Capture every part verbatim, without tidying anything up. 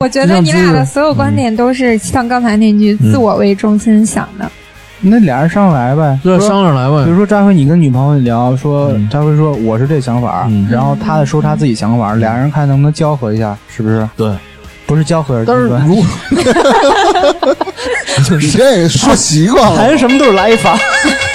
我觉得你俩的所有观点都是像刚才那句自我为中心想的。 嗯、那俩人商量来呗， 对，商量来呗。 比如说扎辉，你跟女朋友聊，说扎辉、嗯、说我是这想法、嗯，然后他说他自己想法，俩人看能不能交合一下，是不是？ 对， 不是交合， 但是如果你这说习惯了， 谈什么都是来一发。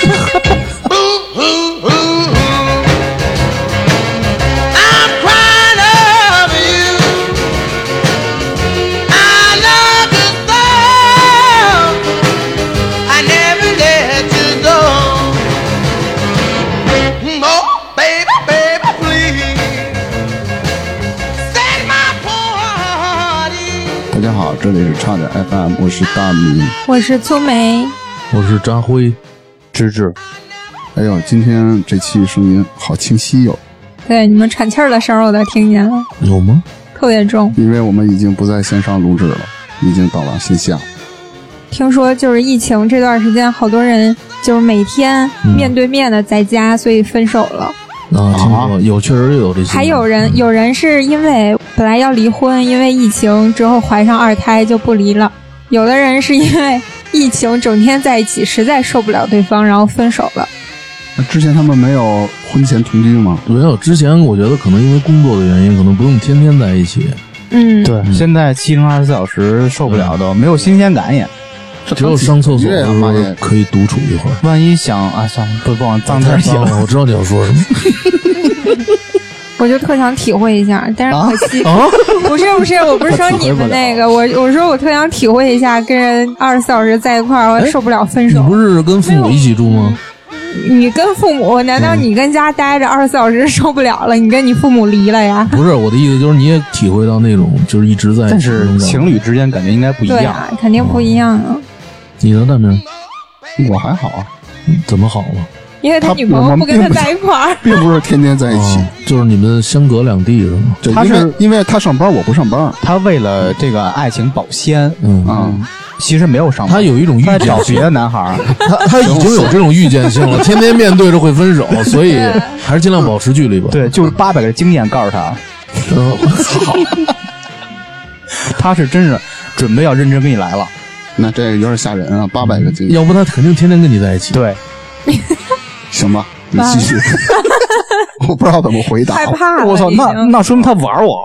大家好，这里是差点 F M， 我是大米， 我是粗梅， 我是扎辉， 芝芝。 哎呦，今天这期声音好清晰哟、哦！ 对，你们喘气儿的声我都听见了。 有吗？ 特别重， 因为我们已经不在线上录制了，已经到了线下。 听说就是疫情这段时间，好多人就是每天面对面的在家，嗯、所以分手了。 啊，听说有，确实有这些。 还有人，有人是因为本来要离婚，因为疫情之后怀上二胎就不离了。有的人是因为疫情整天在一起，实在受不了对方，然后分手了。 那之前他们没有婚前同居吗？ 没有，之前我觉得可能因为工作的原因，可能不用天天在一起。 嗯， 对，嗯、现在七乘二十四小时受不了都、嗯、没有新鲜感也。 只有上厕所的时候可以独处一会儿。 万一想啊，算了，不不往脏字想了。 我知道你要说什么。 我就特想体会一下，但是可惜， 啊、 不是不是，我不是说你们那个，我我说我特想体会一下，跟人二十四小时在一块儿，我受不了分手。 你不是跟父母一起住吗？ 你跟父母，难道你跟家待着二十四小时受不了了？你跟你父母离了呀？ 不是，我的意思就是你也体会到那种就是一直在， 但是情侣之间感觉应该不一样。 对啊，肯定不一样啊。 嗯、你呢，大明？ 我还好啊。 怎么好了？ 因为他女朋友不跟他在一块儿， 并不是天天在一起、 哦，就是你们相隔两地是吗？ 他是因为他上班，我不上班， 他为了这个爱情保鲜， 嗯嗯，其实没有上班， 他有一种预见性， 他找别的男孩， 他他已经有这种预见性了，天天面对着会分手，所以还是尽量保持距离吧。 对，就是八百个经验告诉他， 我操， 他是真是准备要认真跟你来了， 那这有点吓人啊，八百个经验， 要不他肯定天天跟你在一起。 对。 行吧，你继续。我不知道怎么回答。 害怕了， 我操，那那说明他玩我。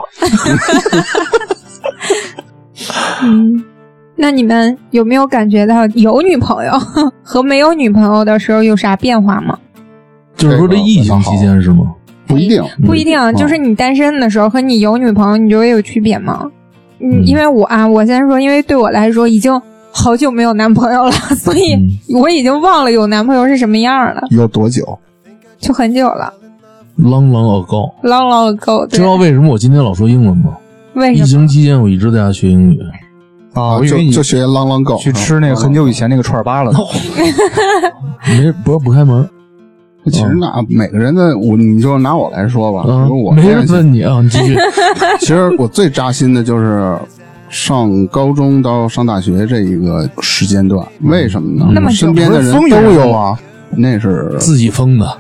嗯，那你们有没有感觉到有女朋友和没有女朋友的时候有啥变化吗？ 就是说这疫情期间是吗？ 不一定， 不一定，嗯、就是你单身的时候和你有女朋友，你觉得有区别吗？嗯，因为我啊，我先说，因为对我来说已经好久没有男朋友了，所以我已经忘了有男朋友是什么样了。 有多久？ 就很久了。 Long long ago。 Long long ago。 知道为什么我今天老说英文吗？ 为什么？ 疫情期间我一直在家学英语。 啊， 就就学 long long ago， 去吃那个很久以前那个串粑了。 没，不是不开门。 其实那、嗯、每个人的，我你就拿我来说吧， 嗯、 我没人问你啊，你继续。 其实我最扎心的就是上高中到上大学这一个时间段，为什么呢？ 那么身边的人都有啊，那是自己疯的啊。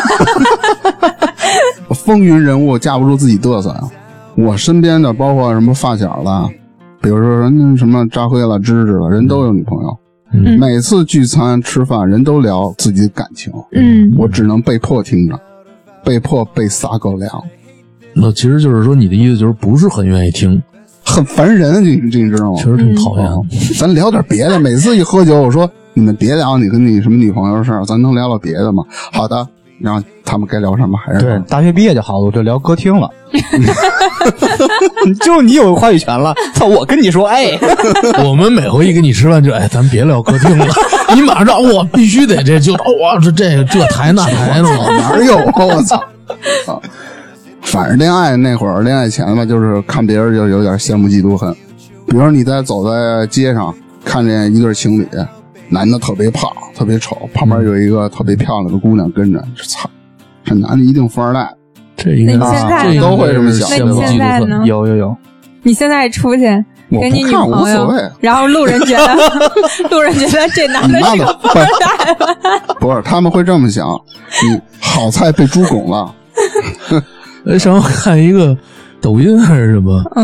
风云人物架不住自己嘚瑟啊！我身边的包括什么发小了，比如说人什么扎辉了、芝芝了，人都有女朋友。 嗯、 每次聚餐吃饭，人都聊自己的感情。 嗯， 我只能被迫听着，被迫被撒狗粮。 那其实就是说，你的意思就是不是很愿意听。 很烦人，你你知道吗？ 确实挺讨厌、 嗯。咱聊点别的。每次一喝酒，我说你们别聊你跟你什么女朋友的事儿，咱能聊聊别的吗？好的，然后他们该聊什么还是对。大学毕业就好了，我就聊歌厅了。就你有话语权了。操，我跟你说，哎， 我们每回一跟你吃饭就哎，咱别聊歌厅了。你马上我必须得这就哇这这这台那台的哪有啊？我操！反正恋爱那会儿，恋爱前嘛，就是看别人就有点羡慕嫉妒恨。比如说你在走在街上，看见一对情侣，男的特别胖，特别丑，旁边有一个特别漂亮的姑娘跟着，操，这男的一定富二代。 这应该这都会这么想。 那你现在呢？ 有有有。 你现在出去跟你女朋友，然后路人觉得，路人觉得这男的是个富二代吧？ 不是，他们会这么想：你好菜被猪拱了。 哎，上回看一个抖音还是什么？ 嗯，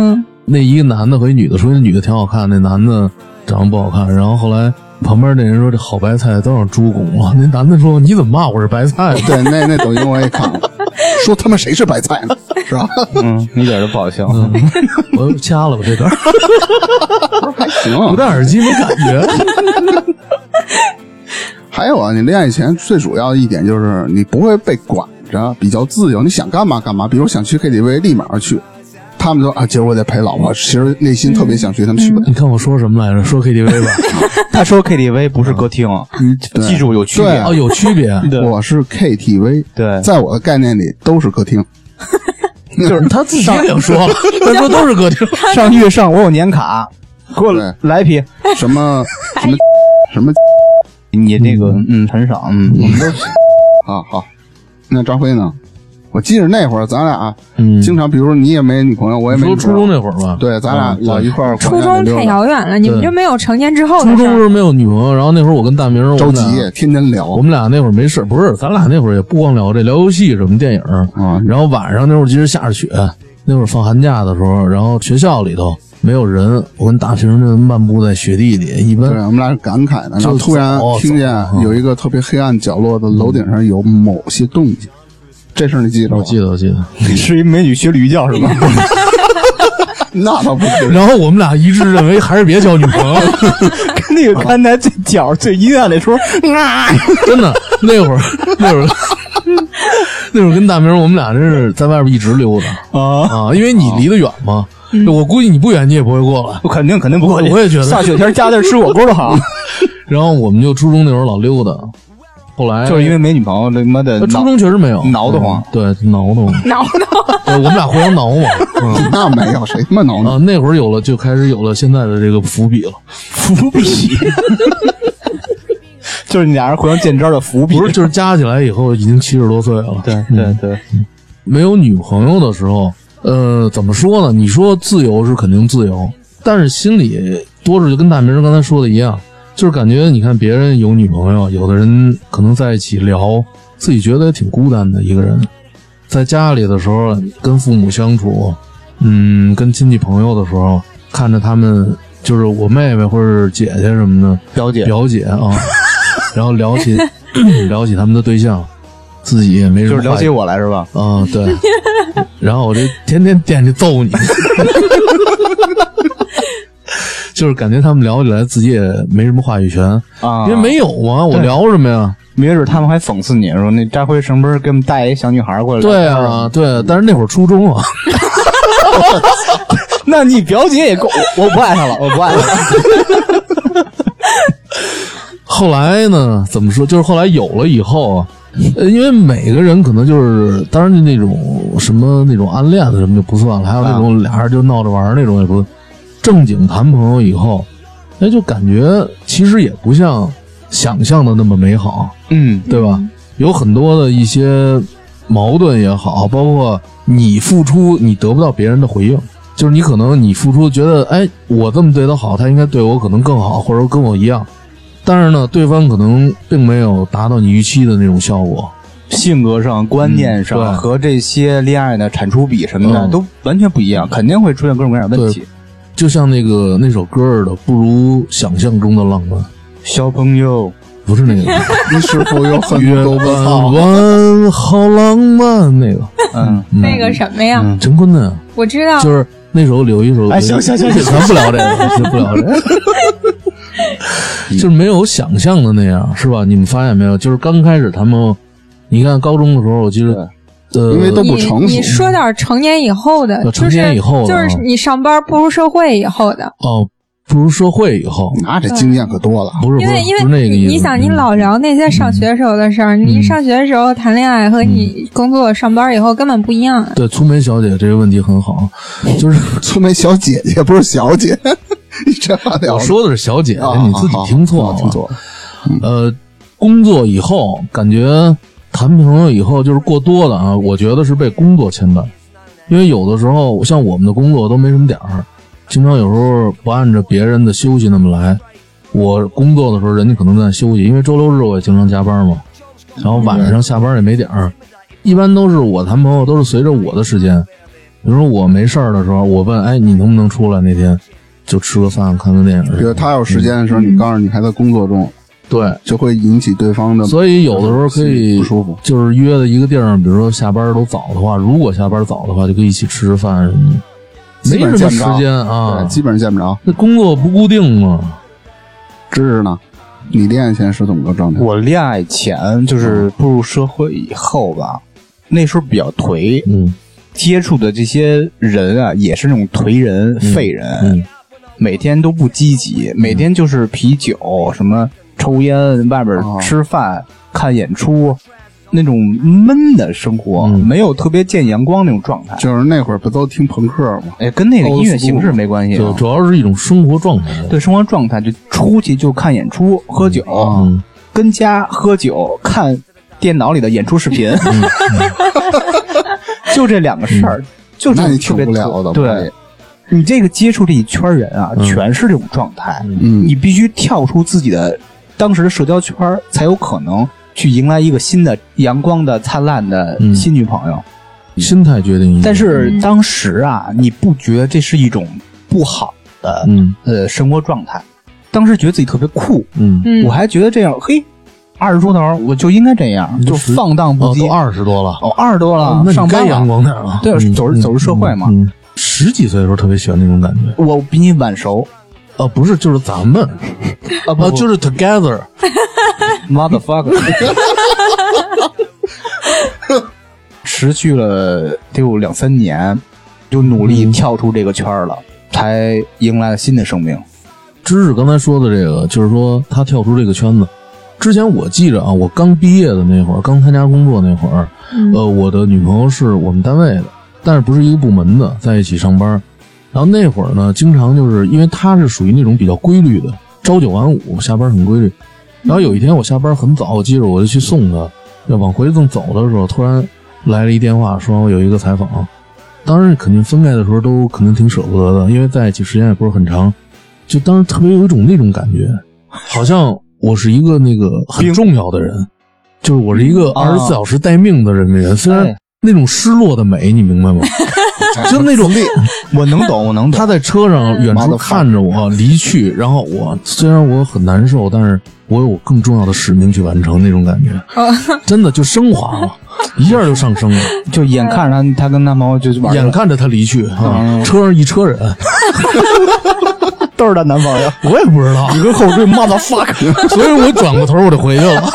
那一个男的和一女的说那女的挺好看，那男的长得不好看，然后后来旁边那人说这好白菜都让猪拱了，那男的说你怎么骂我是白菜？ 对，那那抖音我也看了，说他们谁是白菜呢？是吧？ 嗯，一点都不好笑。 嗯、我掐了吧这段， 还行、啊， 不戴耳机没感觉。 还有啊，你恋爱前最主要的一点就是你不会被管着，比较自由，你想干嘛干嘛。比如想去 K T V， 立马去。他们说啊，今儿我得陪老婆，其实内心特别想去，他们去不了。 你看我说什么来着？说 K T V 吧。 他说 K T V 不是歌厅，嗯，记住有区别哦，有区别。 我是 K T V， 对， 在我的概念里都是歌厅。 就是他自己也说了，他说都是歌厅。 上月上我有年卡，给我来一批。 什么什么什么？ 你那个嗯很少，嗯，我们都啊好。那张辉呢？我记得那会儿咱俩嗯， 经常，比如说你也没女朋友，我也没女朋友。 说初中那会儿吧， 对，咱俩老一块儿。 初中太遥远了，你们就没有成年之后的事。 初中时候没有女朋友，然后那会儿我跟大明着急，天天聊。 我们俩那会儿没事，不是，咱俩那会儿也不光聊这，聊游戏什么电影啊。然后晚上那会儿其实下着雪，那会儿放寒假的时候，然后学校里头没有人，我跟大明就漫步在雪地里，一般对我们俩是感慨的，然后突然听见有一个特别黑暗角落的楼顶上有某些动静。这事你记得吗？ 我记得，我记得， 是一美女学驴叫是吧？ 那倒不是。 然后我们俩一致认为还是别交女朋友。 跟那个看台最角最阴暗的时候， 真的那会儿那会儿那会儿跟大明我们俩真是在外边一直溜达啊啊，因为你离得远嘛。嗯、我估计你不远，你也不会过来。 我肯定肯定不过去。 我也觉得下雪天加点吃火锅的好。 然后我们就初中那会儿老溜达。后来就是因为没女朋友，他妈的初中确实没有， 挠得慌， 对，挠得慌， 挠得慌。 对，我们俩互相挠嘛。 嗯、那没有，谁他妈挠呢？ 啊，那会儿有了，就开始有了现在的这个伏笔了。 伏笔，就是你俩人互相见招的伏笔。 不是，就是加起来以后已经七十多岁了。 对对对、 嗯，没有女朋友的时候，呃，怎么说呢？你说自由是肯定自由，但是心里多少就跟大明刚才说的一样。就是感觉你看别人有女朋友，有的人可能在一起聊，自己觉得也挺孤单的一个人。在家里的时候跟父母相处，嗯，跟亲戚朋友的时候，看着他们就是我妹妹或者姐姐什么的， 表姐表姐啊，然后聊起聊起他们的对象，自己也没什么， 就是聊起我来是吧？ 啊，对。然后我这天天惦记揍你。就是感觉他们聊起来自己也没什么话语权啊，因为没有嘛，我聊什么呀？ 没准他们还讽刺你说那扎辉什么时候给我们带一小女孩过来？ 对啊，对，但是那会儿初中啊。 那你表姐也够，我, 我不爱她了，我不爱她了。 后来呢？怎么说？就是后来有了以后啊，呃，因为每个人可能就是，当然那种什么那种暗恋的什么就不算了，还有那种俩人就闹着玩那种也不。正经谈朋友以后，哎，就感觉其实也不像想象的那么美好， 嗯， 对吧？有很多的一些矛盾也好，包括你付出你得不到别人的回应，就是你可能你付出觉得，哎，我这么对他好，他应该对我可能更好，或者说跟我一样，但是呢，对方可能并没有达到你预期的那种效果。 性格上、观念上、嗯、和这些恋爱的产出比什么的、嗯、都完全不一样，肯定会出现各种各样的问题。 就像那个那首歌的，不如想象中的浪漫。 小朋友， 不是那个， 你是否有很多弯弯好浪漫那个？ 嗯， 嗯那个什么呀？ 嗯、陈坤的， 我知道， 就是那首有一首。 哎，行行行， 咱不聊这个，不聊这个。就是没有想象的那样，是吧？你们发现没有？就是刚开始他们，你看高中的时候，我记得。呃， 因为都不成熟。 你, 你说点成年以后的， 呃、成年以后的、 就是，就是你上班步入社会以后的。 哦，步入社会以后， 那这经验可多了。 不是， 因为因为那个你, 你想，你老聊那些上学时候的事儿、嗯，你上学的时候谈恋爱和你工作上班以后根本不一样、啊。 对，粗梅小姐这个问题很好，就是粗梅小姐姐不是小姐，你这话聊。 我说的是小姐姐， 哦、 你自己听错了， 听错了。 嗯、呃，工作以后感觉。谈朋友以后就是过多的啊，我觉得是被工作牵绊，因为有的时候像我们的工作都没什么点儿，经常有时候不按照别人的休息那么来。我工作的时候人家可能在休息，因为周六日我也经常加班嘛，然后晚上下班也没点儿，一般都是我谈朋友都是随着我的时间， 比如说我没事儿的时候，我问，哎，你能不能出来？那天就吃个饭，看个电影。 比如他有时间的时候，嗯、你告诉你还在工作中， 对， 就会引起对方的。 所以有的时候可以不舒服， 就是约的一个地儿，比如说下班都早的话，如果下班早的话，就可以一起吃吃饭什么的。没什么时间啊， 对，基本上见不着。 那工作不固定嘛。 芝芝呢？你恋爱前是怎么个状态？ 我恋爱前就是步入社会以后吧，那时候比较颓， 嗯， 接触的这些人啊，也是那种颓人、嗯、废人、嗯，每天都不积极，每天就是啤酒、什么抽烟、外边吃饭、哦、看演出。那种闷的生活、嗯、没有特别见阳光那种状态， 就是那会儿不都听朋克吗？ 哎，跟那个音乐形式没关系、 啊，主要是一种生活状态。 对，生活状态就出去就看演出、喝酒， 嗯、 跟家喝酒、看电脑里的演出视频，嗯、就这两个事儿、嗯，就是那你挺无聊的。 对，你这个接触这一圈人啊、嗯，全是这种状态。 嗯， 你必须跳出自己的当时的社交圈，才有可能。去迎来一个新的阳光的灿烂的新女朋友、 嗯、心态决定一切。 但是当时啊你不觉得这是一种不好的、 嗯、 呃生活状态，当时觉得自己特别酷， 嗯， 我还觉得这样嘿二十出头我就应该这样，就放荡不羁。 哦，都二十多了， 哦，二十多了， 哦、那上班该阳光点了。 对， 嗯、 走入走入社会嘛、 嗯嗯。十几岁的时候特别喜欢那种感觉。 我比你晚熟。 呃，不是，就是咱们，啊不，就是 together，motherfucker， 持续了得有两三年，就努力跳出这个圈了、嗯，才迎来了新的生命。 芝芝刚才说的这个，就是说他跳出这个圈子。之前我记着啊，我刚毕业的那会儿，刚参加工作那会儿、嗯，呃，我的女朋友是我们单位的，但是不是一个部门的，在一起上班。然后那会儿呢，经常就是因为他是属于那种比较规律的，朝九晚五，下班很规律。然后有一天我下班很早，我记着我就去送他，要往回正走的时候，突然来了一电话，说我有一个采访。当时肯定分开的时候都肯定挺舍不得的，因为在一起时间也不是很长，就当时特别有一种那种感觉，好像我是一个那个很重要的人，就是我是一个二十四小时待命的人的人，虽然那种失落的美，你明白吗？就那种， 我能懂，我能懂。 他在车上远处看着我离去，然后我虽然我很难受，但是我有更重要的使命去完成，那种感觉，真的就升华了，一下就上升了， 就眼看着他他跟男朋友就玩， 眼看着他离去啊、嗯，车上一车人。 都是她男朋友， 我也不知道。 你跟后缀 motherfucker， 所以我转过头我就回去了。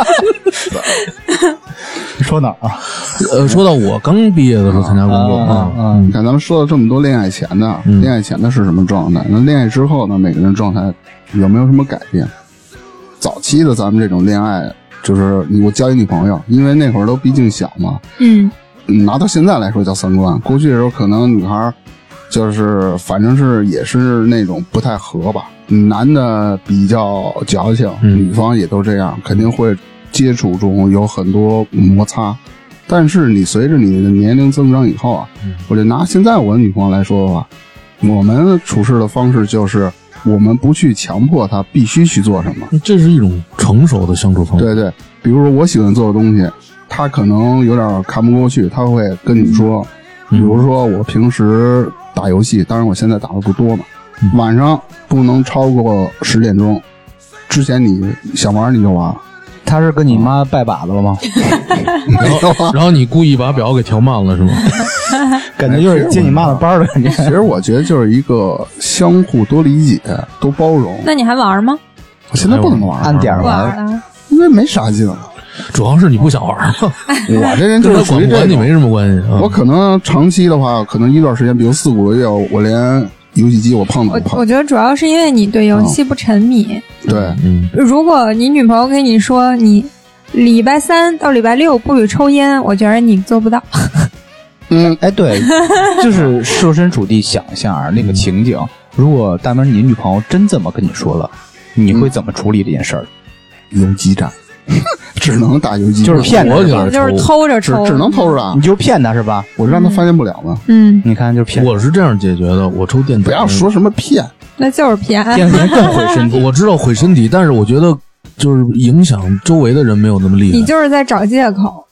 你说哪儿啊？ 呃，说到我刚毕业的时候参加工作啊， 嗯，你看咱们说了这么多恋爱前的，嗯、恋爱前的是什么状态？那恋爱之后呢？每个人状态有没有什么改变？早期的咱们这种恋爱，就是我交一女朋友，因为那会儿都毕竟小嘛， 嗯， 拿到现在来说叫三观。过去的时候可能女孩就是反正是也是那种不太合吧，男的比较矫情， 嗯、 女方也都这样，肯定会接触中有很多摩擦。但是你随着你的年龄增长以后啊， 嗯、 我就拿现在我的女朋友来说的话，我们处事的方式就是我们不去强迫她必须去做什么， 这是一种成熟的相处方式。 对对，比如说我喜欢做的东西，她可能有点看不过去，她会跟你说， 嗯、 比如说我平时打游戏，当然我现在打的不多嘛， 嗯、 晚上不能超过十点钟，之前你想玩你就玩。 他是跟你妈拜把子了吗？ 然后，然后你故意把表给调慢了是吗？ 感觉就是接你妈的班的感觉。 其实我觉得就是一个相互多理解、多包容。 那你还玩吗？ 我现在不能玩， 按点玩了， 因为没啥劲了。 主要是你不想玩嘛。 我这人就是属于这跟你没什么关系、啊。 我可能长期的话，可能一段时间，比如四五个月，我连游戏机我碰都不碰。 我我觉得主要是因为你对游戏不沉迷。 嗯、对， 嗯。 如果你女朋友跟你说你礼拜三到礼拜六不许抽烟，我觉得你做不到。 嗯，哎，对，就是设身处地想一下那个情景，如果大明你女朋友真这么跟你说了，你会怎么处理这件事儿？ 游击战。只能打游击， 就是骗他， 就是偷着抽， 只只能偷着打， 你就骗他是吧？ 我让他发现不了嘛。 嗯， 你看就骗。 我是这样解决的，我抽电子。 不要说什么骗， 那就是骗， 骗人更毁身体。 我知道毁身体，但是我觉得就是影响周围的人没有那么厉害。 你就是在找借口。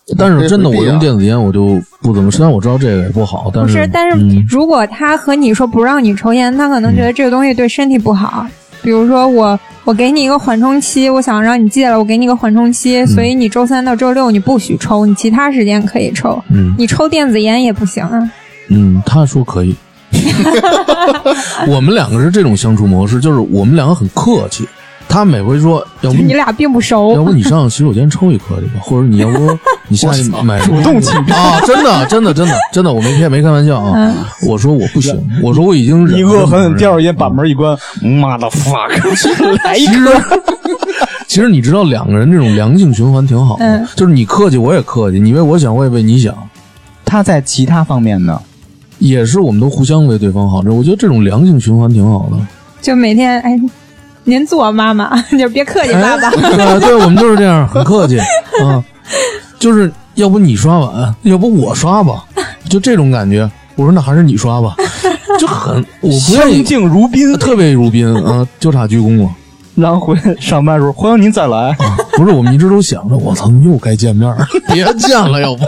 但是真的，我用电子烟我就不怎么，虽然我知道这个也不好，但是不是，但是如果他和你说不让你抽烟，他可能觉得这个东西对身体不好。嗯、比如说我我给你一个缓冲期，我想让你戒了，我给你一个缓冲期，嗯、所以你周三到周六你不许抽，你其他时间可以抽。嗯，你抽电子烟也不行啊。 嗯，他说可以。我们两个是这种相处模式，就是我们两个很客气。他每回说，要不你俩并不熟， 要不你上洗手间抽一颗去吧，或者你要不你下去买主动请啊！真的，真的，真的，真的，我没骗，没开玩笑啊！嗯、我说我不行，我说我已经忍了。 你恶狠狠叼着烟，把门一关，妈的 fuck， 来一颗。 其实你知道，两个人这种良性循环挺好的，嗯、就是你客气，我也客气，你为我想，我也为你想。 他在其他方面呢， 也是我们都互相为对方好，我觉得这种良性循环挺好的。 就每天哎。您坐，妈妈，就别客气，爸爸。 哎、对对，我们就是这样，很客气啊。就是要不你刷碗，要不我刷吧，就这种感觉。我说那还是你刷吧，就很我不愿意相敬如宾， 特别如宾啊，就差鞠躬了。 然后回上班的时候，欢迎您再来。 啊、不是，我们一直都想着，我操，又该见面了，别见了，要不。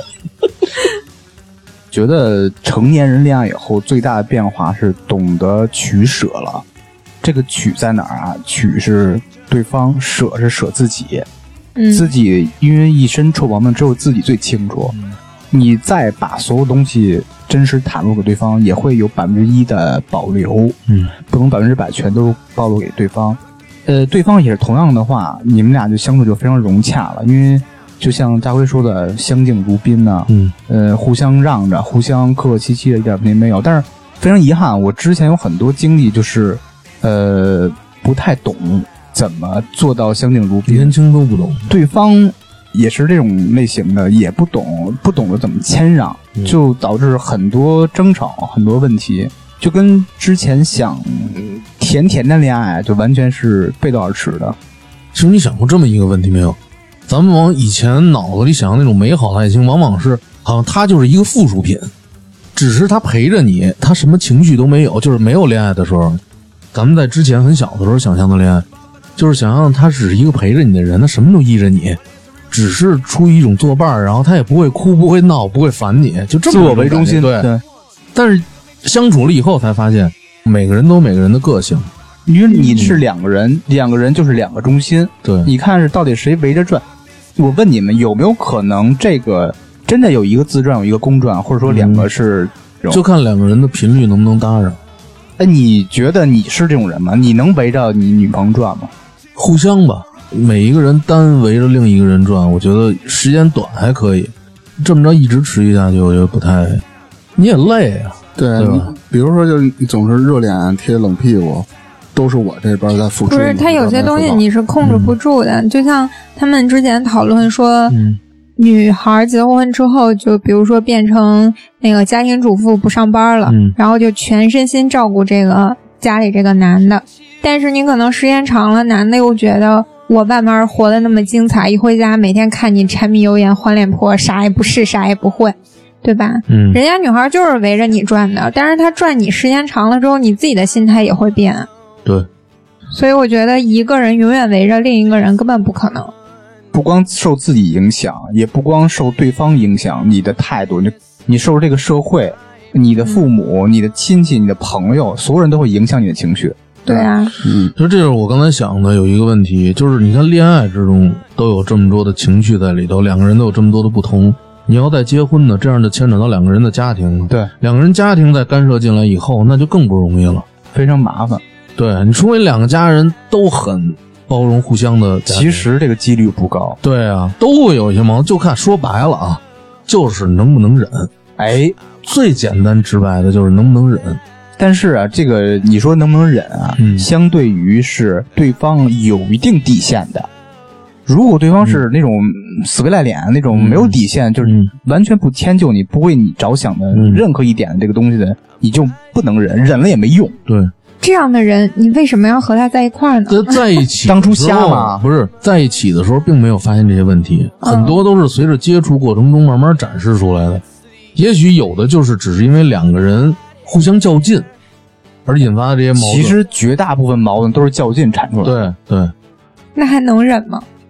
觉得成年人恋爱以后最大的变化是懂得取舍了。这个取在哪儿啊？取是对方，舍是舍自己。嗯，自己因为一身臭毛病，只有自己最清楚。嗯、你再把所有东西真实袒露给对方，也会有百分之一的保留。嗯，不能百分之百全都暴露给对方。呃，对方也是同样的话，你们俩就相处就非常融洽了。因为就像家辉说的，相敬如宾呢、啊。嗯，呃，互相让着，互相客客气气的，一点问题没有。但是非常遗憾，我之前有很多经历就是。呃，不太懂怎么做到相敬如宾， 年轻都不懂， 对方也是这种类型的，也不懂，不懂得怎么谦让，嗯、就导致很多争吵，很多问题，就跟之前想甜甜的恋爱就完全是背道而驰的。 其实你想过这么一个问题没有？咱们往以前脑子里想的那种美好的爱情，往往是好像它就是一个附属品，只是他陪着你，他什么情绪都没有，就是没有恋爱的时候。咱们在之前很小的时候想象的恋爱，就是想象他只是一个陪着你的人，他什么都依着你，只是出于一种作伴，然后他也不会哭，不会闹，不会烦你，就这么自我为中心。 对对。但是相处了以后才发现，每个人都有每个人的个性。 因为你是两个人，嗯、两个人就是两个中心。 对， 你看是到底谁围着转？我问你们，有没有可能这个真的有一个自转，有一个公转，或者说两个是、 嗯？就看两个人的频率能不能搭上。 哎，你觉得你是这种人吗？你能围着你女朋友转吗？ 互相吧，每一个人单围着另一个人转，我觉得时间短还可以，这么着一直持续下去，我觉得不太，你也累啊。 对， 对吧？ 比如说，就是你总是热脸贴冷屁股，都是我这边在付出。 不是，他有些东西你是控制不住的，嗯、就像他们之前讨论说。嗯女孩结婚之后，就比如说变成那个家庭主妇不上班了，嗯、然后就全身心照顾这个家里这个男的。但是你可能时间长了，男的又觉得我慢慢活得那么精彩，一回家每天看你柴米油盐黄脸婆，啥也不是，啥也不会，对吧？嗯，人家女孩就是围着你转的，但是她转你时间长了之后，你自己的心态也会变。 对， 所以我觉得一个人永远围着另一个人根本不可能。 不光受自己影响，也不光受对方影响，你的态度，你你受这个社会，你的父母、嗯、你的亲戚、你的朋友，所有人都会影响你的情绪。 对啊， 嗯，就这是我刚才想的有一个问题，就是你看恋爱之中都有这么多的情绪在里头，两个人都有这么多的不同，你要再结婚呢，这样就牵扯到两个人的家庭， 对， 两个人家庭再干涉进来以后，那就更不容易了， 非常麻烦。 对，你除非两个家人都很包容互相的， 其实这个几率不高。 对啊，都会有一些矛盾，就看说白了啊，就是能不能忍。 哎， 最简单直白的就是能不能忍。 但是啊，这个你说能不能忍啊？嗯，相对于是对方有一定底线的。如果对方是那种死皮赖脸、嗯、那种没有底线，嗯、就是完全不迁就你、不为你着想的任何一点这个东西的，嗯、你就不能忍，忍了也没用。 对。 这样的人，你为什么要和他在一块儿呢？ 在一起当初瞎嘛？ 不是在一起的时候，并没有发现这些问题，嗯、很多都是随着接触过程中慢慢展示出来的。也许有的就是只是因为两个人互相较劲而引发的这些矛盾。 其实绝大部分矛盾都是较劲产出来的。 对对。 那还能忍吗？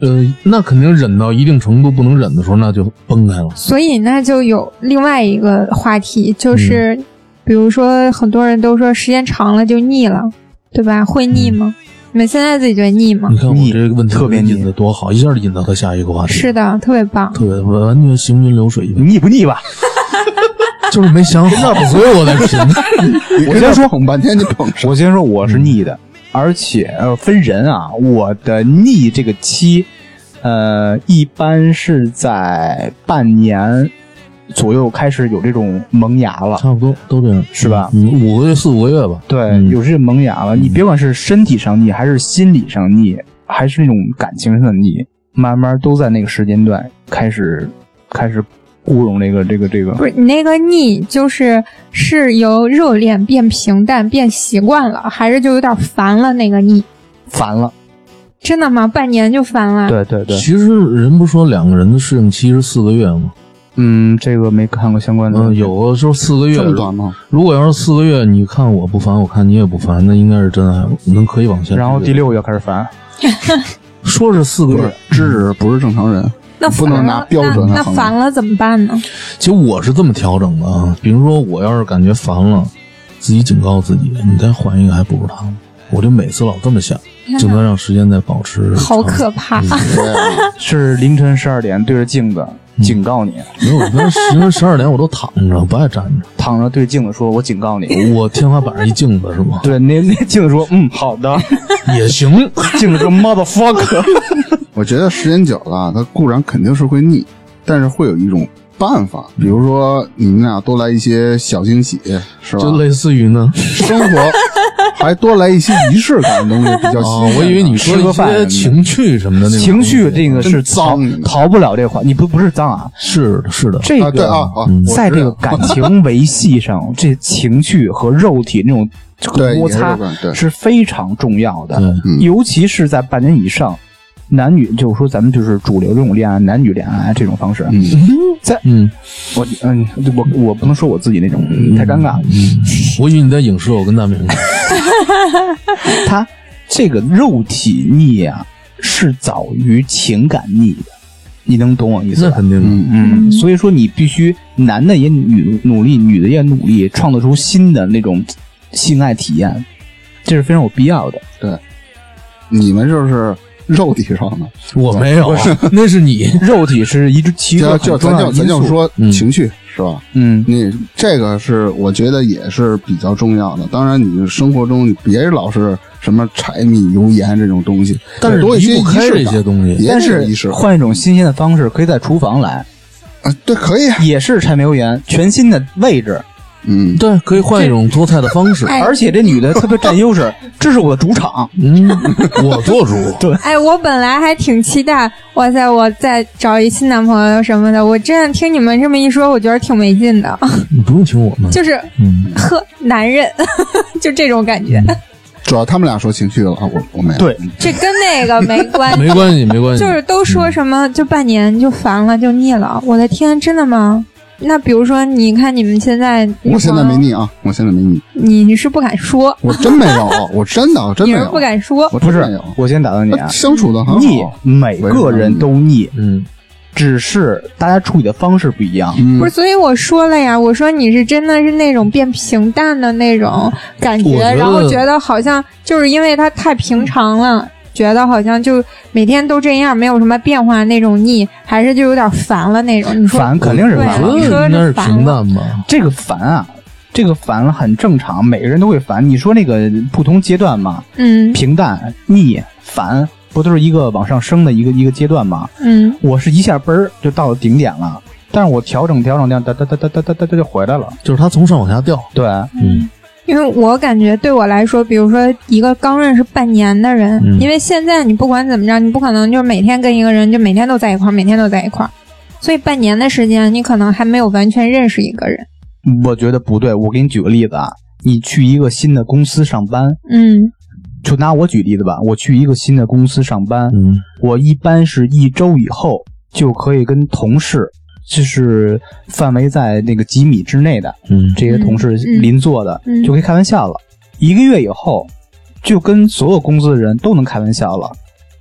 呃，那肯定忍到一定程度不能忍的时候，那就崩开了。 所以那就有另外一个话题，就是、嗯、比如说很多人都说时间长了就腻了，对吧？会腻吗？嗯、你们现在自己觉得腻吗？ 你看我这个问题特别引的多好，一下就引到他下一个话题。 是的，特别棒， 特别完全行云流水。 腻不腻吧？ 就是没想好，所以我在品。 我先说捧半天，你捧我先说我是腻的。嗯，而且呃分人啊，我的腻这个期，呃，一般是在半年左右开始有这种萌芽了， 差不多都这样， 是吧？ 嗯，五个月四五个月吧。 对， 嗯、 有这萌芽了。你别管是身体上腻，还是心理上腻，还是那种感情上的腻，慢慢都在那个时间段开始开始。雇佣这个这个这个不是你那个腻，就是是由热恋变平淡变习惯了，还是就有点烦了？那个腻烦了， 真的吗？半年就烦了？ 对对对。 其实人不说两个人的适应期是四个月吗？ 嗯，这个没看过相关的。 嗯，有的时候四个月这么短吗？ 如果要是四个月，你看我不烦，我看你也不烦，那应该是真爱，能可以往下。 然后第六个月开始烦， 说是四个月， 知识不是正常人。 那不能拿标准那那烦了怎么办呢？ 其实我是这么调整的啊，比如说我要是感觉烦了，自己警告自己，你再换一个还不如他。我就每次老这么想，就能让时间再保持。 好可怕！嗯、 是凌晨十二点对着镜子警告你。 没有，那凌晨十二点我都躺着，不爱站着， 躺着对镜子说：“我警告你。” 我天花板上一镜子是吗？ 对，那那镜子说：“嗯，好的， 也行。” 镜子说 ：“motherfucker。” 我觉得时间久了，它固然肯定是会腻，但是会有一种办法，比如说你们俩多来一些小惊喜，是吧？ 就类似于呢， 生活还多来一些仪式感的东西比较吸引、 哦。我以为你说一些情趣什么的那种。 情趣这个是逃逃不了这话，你不不是脏啊？ 是的，是的。 这个、 啊、对啊啊、 嗯，在这个感情维系上，这情趣和肉体那种摩擦是非常重要的， 嗯、 尤其是在半年以上。男女就是说，咱们就是主流这种恋爱，男女恋爱这种方式， 嗯， 在嗯，我嗯，我我不能说我自己那种，嗯、太尴尬了。 嗯，我以为你在影射我跟大明。 他这个肉体腻啊，是早于情感腻的，你能懂我意思吧？ 那肯定的， 嗯，所以说你必须男的也女努力，女的也努力，创造出新的那种性爱体验，这是非常有必要的。 对，你们就是。肉体上的我没有，那是你肉体是一只其中就咱就咱就说情绪、嗯、是吧？ 嗯， 你这个是我觉得也是比较重要的。当然，你生活中你别老是什么柴米油盐这种东西， 但是多一些仪式感，这些东西， 但是换一种新鲜的方式，可以在厨房来啊，对，可以， 也是柴米油盐，全新的位置。 嗯， 对，可以换一种做菜的方式， 而且这女的特别占优势，这是我的主场， 嗯，我做主。 对， 哎，我本来还挺期待，哇塞，我再找一新男朋友什么的。我真的听你们这么一说，我觉得挺没劲的。 你不用听我们， 就是， 嗯， 呵，男人，就这种感觉。 嗯主要他们俩说情绪了啊，我我没有。 对， 这跟那个没关系， 没关系，没关系。 就是都说什么，就半年就烦了，就腻了。我的天，真的吗？那比如说，你看你们现在， 我现在没腻啊，我现在没腻。 你你是不敢说， 我真没有，我真的真没有， 你是不敢说。 我不是，我先打断你啊， 相处的很好， 腻，每个人都腻， 嗯。 只是大家处理的方式不一样， 嗯、 不是，所以我说了呀，我说你是真的是那种变平淡的那种感觉，然后觉得好像就是因为它太平常了，觉得好像就每天都这样，没有什么变化那种腻，还是就有点烦了那种。你说烦肯定是烦， 我觉得应该是平淡吧。 这个烦啊，这个烦了很正常，每个人都会烦。你说那个不同阶段嘛， 嗯， 平淡、腻、烦。不都是一个往上升的一个一个阶段吗？ 嗯， 我是一下嘣儿就到了顶点了，但是我调整调整调，哒哒哒哒哒哒哒哒就回来了， 就是它从上往下掉。 对， 嗯，因为我感觉对我来说，比如说一个刚认识半年的人，嗯、因为现在你不管怎么着，你不可能就每天跟一个人就每天都在一块儿，每天都在一块儿，所以半年的时间，你可能还没有完全认识一个人。 我觉得不对，我给你举个例子啊，你去一个新的公司上班， 嗯。 就拿我举例子吧，我去一个新的公司上班， 嗯， 我一般是一周以后就可以跟同事，就是范围在那个几米之内的， 嗯， 这些同事邻座的， 嗯， 就可以开玩笑了。一个月以后，就跟所有公司的人都能开玩笑了。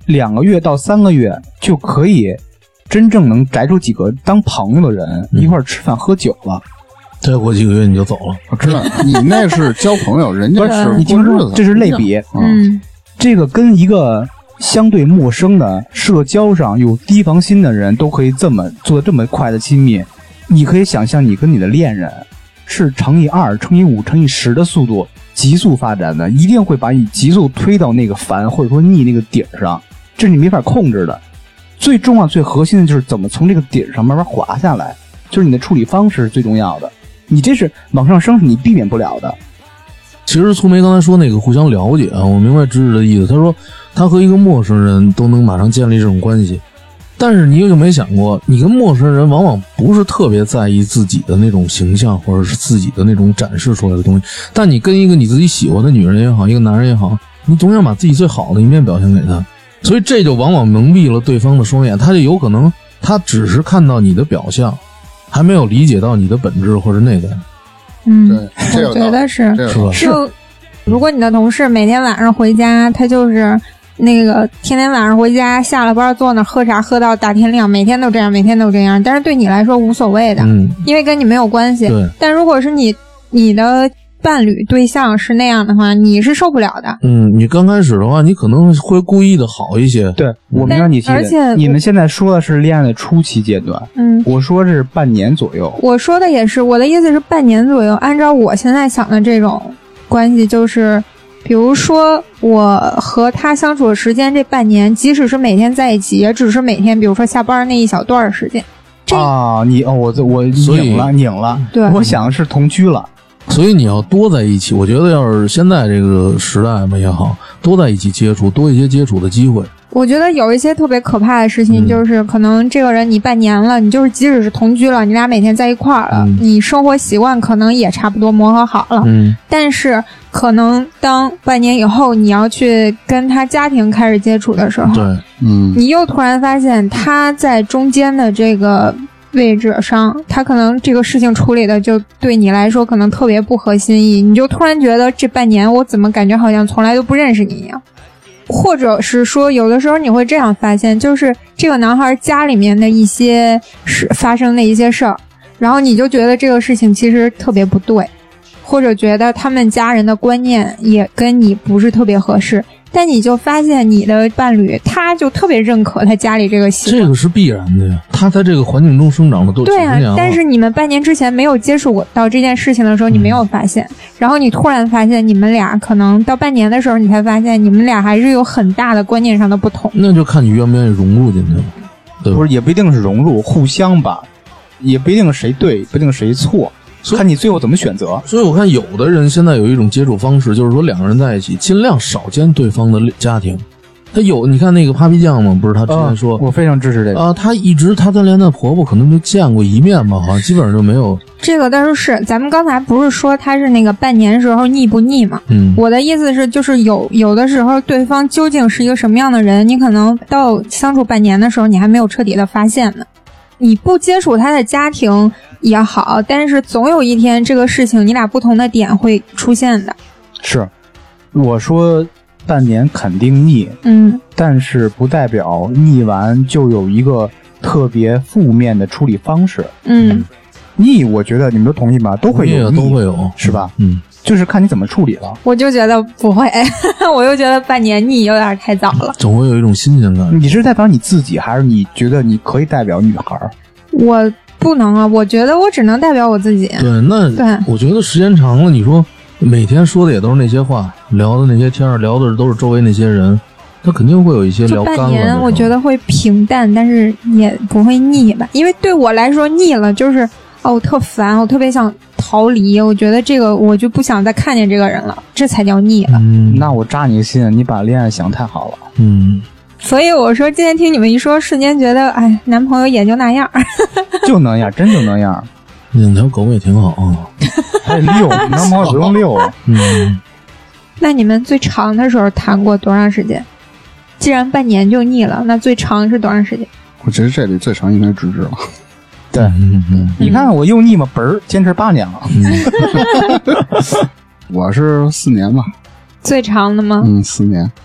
两个月到三个月就可以真正能摘出几个当朋友的人、嗯、一块吃饭喝酒了。 再过几个月你就走了。 我知道你那是交朋友，人家是你听说这是类比。 嗯， 这个跟一个相对陌生的社交上有提防心的人都可以这么做这么快的亲密，你可以想象你跟你的恋人是乘以二、乘以五、乘以十的速度急速发展的，一定会把你急速推到那个烦或者说腻那个顶上，这是你没法控制的。最重要、最核心的就是怎么从这个顶上慢慢滑下来，就是你的处理方式是最重要的。你这是往上升，是你避免不了的。 其实粗梅刚才说那个互相了解啊，我明白芝芝的意思。他说他和一个陌生人都能马上建立这种关系，但是你有没有想过，你跟陌生人往往不是特别在意自己的那种形象或者是自己的那种展示出来的东西，但你跟一个你自己喜欢的女人也好，一个男人也好，你总想把自己最好的一面表现给他，所以这就往往蒙蔽了对方的双眼，他就有可能他只是看到你的表象，还没有理解到你的本质或者内在。 嗯， 对， 我觉得是是吧？ 就如果你的同事每天晚上回家，他就是那个天天晚上回家下了班坐那喝茶喝到大天亮，每天都这样每天都这样，但是对你来说无所谓的、 嗯、 因为跟你没有关系。 对， 但如果是你你的伴侣对象是那样的话，你是受不了的。 嗯，你刚开始的话你可能会故意的好一些。 对，我明白你而且你们现在说的是恋爱的初期阶段， 嗯， 我说是半年左右。 我说的也是，我的意思是半年左右，按照我现在想的这种关系，就是比如说我和他相处的时间这半年，即使是每天在一起，也只是每天比如说下班那一小段时间。这啊，你哦，我我拧了拧了， 对， 我想是同居了。 所以你要多在一起，我觉得要是现在这个时代嘛也好，多在一起接触，多一些接触的机会。 我觉得有一些特别可怕的事情，就是可能这个人你半年了，你就是即使是同居了，你俩每天在一块儿了、嗯、你生活习惯可能也差不多磨合好了， 嗯， 但是可能当半年以后你要去跟他家庭开始接触的时候， 对， 嗯， 你又突然发现他在中间的这个位置上，他可能这个事情处理的就对你来说可能特别不合心意，你就突然觉得这半年我怎么感觉好像从来都不认识你一样。或者是说有的时候你会这样发现，就是这个男孩家里面的一些事发生的一些事儿，然后你就觉得这个事情其实特别不对，或者觉得他们家人的观念也跟你不是特别合适，但你就发现你的伴侣他就特别认可他家里这个习惯， 这个是必然的呀，他在这个环境中生长了都几十年了。对啊， 但是你们半年之前没有接触过到这件事情的时候，你没有发现、嗯、然后你突然发现你们俩可能到半年的时候，你才发现你们俩还是有很大的观念上的不同。 那就看你愿不愿意融入进去了，对吧？ 不是，也不一定是融入，互相吧，也不一定谁对，不一定谁错，看你最后怎么选择。 所以我看有的人现在有一种接触方式，就是说两个人在一起尽量少见对方的家庭。他有，你看那个 Papi 酱嘛，不是他之前说、 呃、我非常支持这个啊，他一直他跟连她婆婆可能就见过一面吧，好像基本上就没有。 这个倒是是，咱们刚才不是说他是那个半年时候腻不腻嘛？ 嗯， 我的意思是，就是有有的时候对方究竟是一个什么样的人，你可能到相处半年的时候，你还没有彻底的发现呢。你不接触他的家庭也好，但是总有一天这个事情你俩不同的点会出现的。 是，我说半年肯定腻， 嗯， 但是不代表腻完就有一个特别负面的处理方式。 嗯， 腻我觉得你们都同意吗？都会有腻， 都会有， 是吧？ 嗯， 就是看你怎么处理了。 我就觉得不会，我又觉得半年腻有点太早了。 总会有一种新鲜感。 你是代表你自己，还是你觉得你可以代表女孩？ 我不能啊，我觉得我只能代表我自己。 对，那对， 我觉得时间长了，你说每天说的也都是那些话，聊的那些天，聊的都是周围那些人，他肯定会有一些聊干了。 半年我觉得会平淡，但是也不会腻吧，因为对我来说腻了就是哦，我特烦，我特别想逃离，我觉得这个我就不想再看见这个人了，这才叫腻了。 嗯， 那我扎你个心，你把恋爱想太好了。 嗯， 所以我说今天听你们一说，瞬间觉得哎，男朋友也就那样， 就那样，真就那样。 养条狗也挺好啊， 还遛，男朋友不用遛。 嗯， 那你们最长的时候谈过多长时间？既然半年就腻了，那最长是多长时间？ 我觉得这里最长应该芝芝了。 对， 嗯嗯， 你看我又腻嘛，本儿坚持八年了。 嗯、我是四年吧。 最长的吗？ 嗯，四年。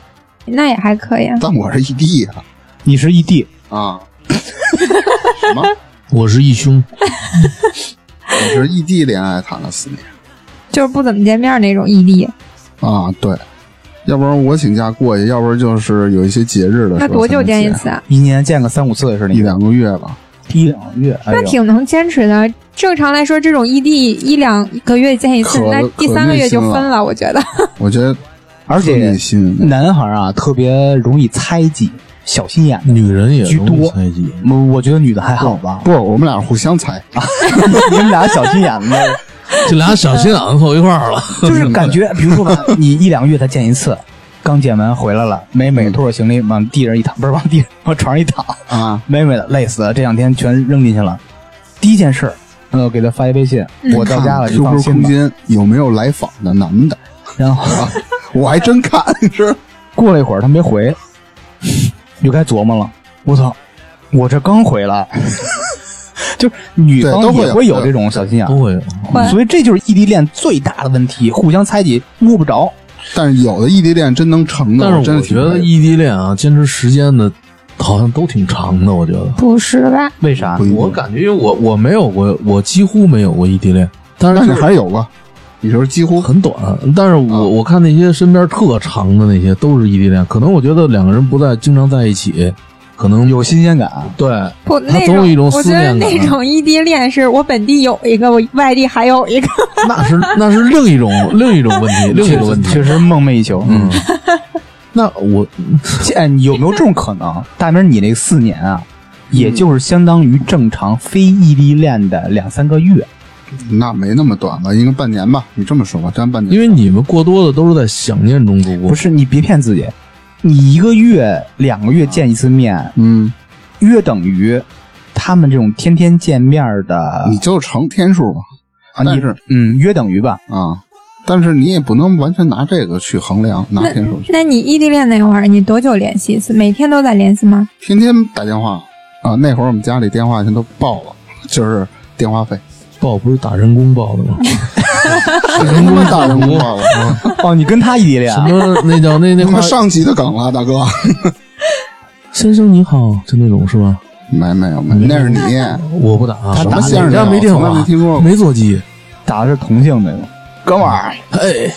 那也还可以啊。 但我是异地啊， 你是异地啊？什么？ 我是义兄， 我是异地恋爱谈了四年， 就是不怎么见面那种异地啊。对，要不然我请假过去，要不然就是有一些节日的时候。 那多久见一次啊？ 一年见个三五次是那一两个月吧。 一两个月， 那挺能坚持的。正常来说，这种异地一两个月见一次，那第三个月就分了。我觉得， 我觉得， 而且男孩啊特别容易猜忌、小心眼， 女人也居多猜忌。 我觉得女的还好吧？ 不，我们俩互相猜， 你们俩小心眼子， 这俩小心眼子凑一块儿了， 就是感觉，比如说吧，你一两个月才见一次。刚见完回来了，美美拖着行李往地上一躺，不是往地往床上一躺啊， 美美的累死了，这两天全扔进去了。第一件事，呃，给他发一微信，嗯、我到家了，就放心 Q Q 空间有没有来访的男的？ 然后、 啊、我还真看是， 过了一会儿他没回，就该琢磨了。我操，我这刚回来，就女方也会有这种小心眼， 都会有， 所以这就是异地恋最大的问题，互相猜忌，摸不着。 但是有的异地恋真能成的， 但是我觉得异地恋啊，坚持时间的，好像都挺长的。我觉得不是吧？ 为啥？ 我感觉因为我我没有过，我几乎没有过异地恋。但是你还有过，你说几乎很短。但是我、啊、我看那些身边特长的那些都是异地恋，可能我觉得两个人不在经常在一起。可能有新鲜感， 对， 不， 他总有一种思念感。 我觉得那种异地恋是我本地有一个，我外地还有一个， 那是那是另一种另一种问题，另一种问题， 确实梦寐以求。 嗯，那我， 哎，有没有这种可能？大明，你那四年啊，也就是相当于正常非异地恋的两三个月。 那没那么短吧，应该半年吧？你这么说吧，占半年。 因为你们过多的都是在想念中度过。 不是，你别骗自己。你一个月、两个月见一次面， 嗯， 约等于他们这种天天见面的， 你就乘天数吧。 啊，你是嗯，约等于吧？ 啊，但是你也不能完全拿这个去衡量，拿天数去。 那, 那你异地恋那会儿，你多久联系一次？每天都在联系吗？ 天天打电话啊！那会儿我们家里电话全都报了，就是电话费。 报不是打人工报的吗？ 人工打人工报了啊！ 哦，你跟他异地恋？ 什么那叫那那话上集的梗了，大哥。 先生你好，就那种是吧？ 没没有没有，那是你， 我不打。 他打先生家没电话， 没听说过， 没座机， 打的是同性那种。哥们儿， 哎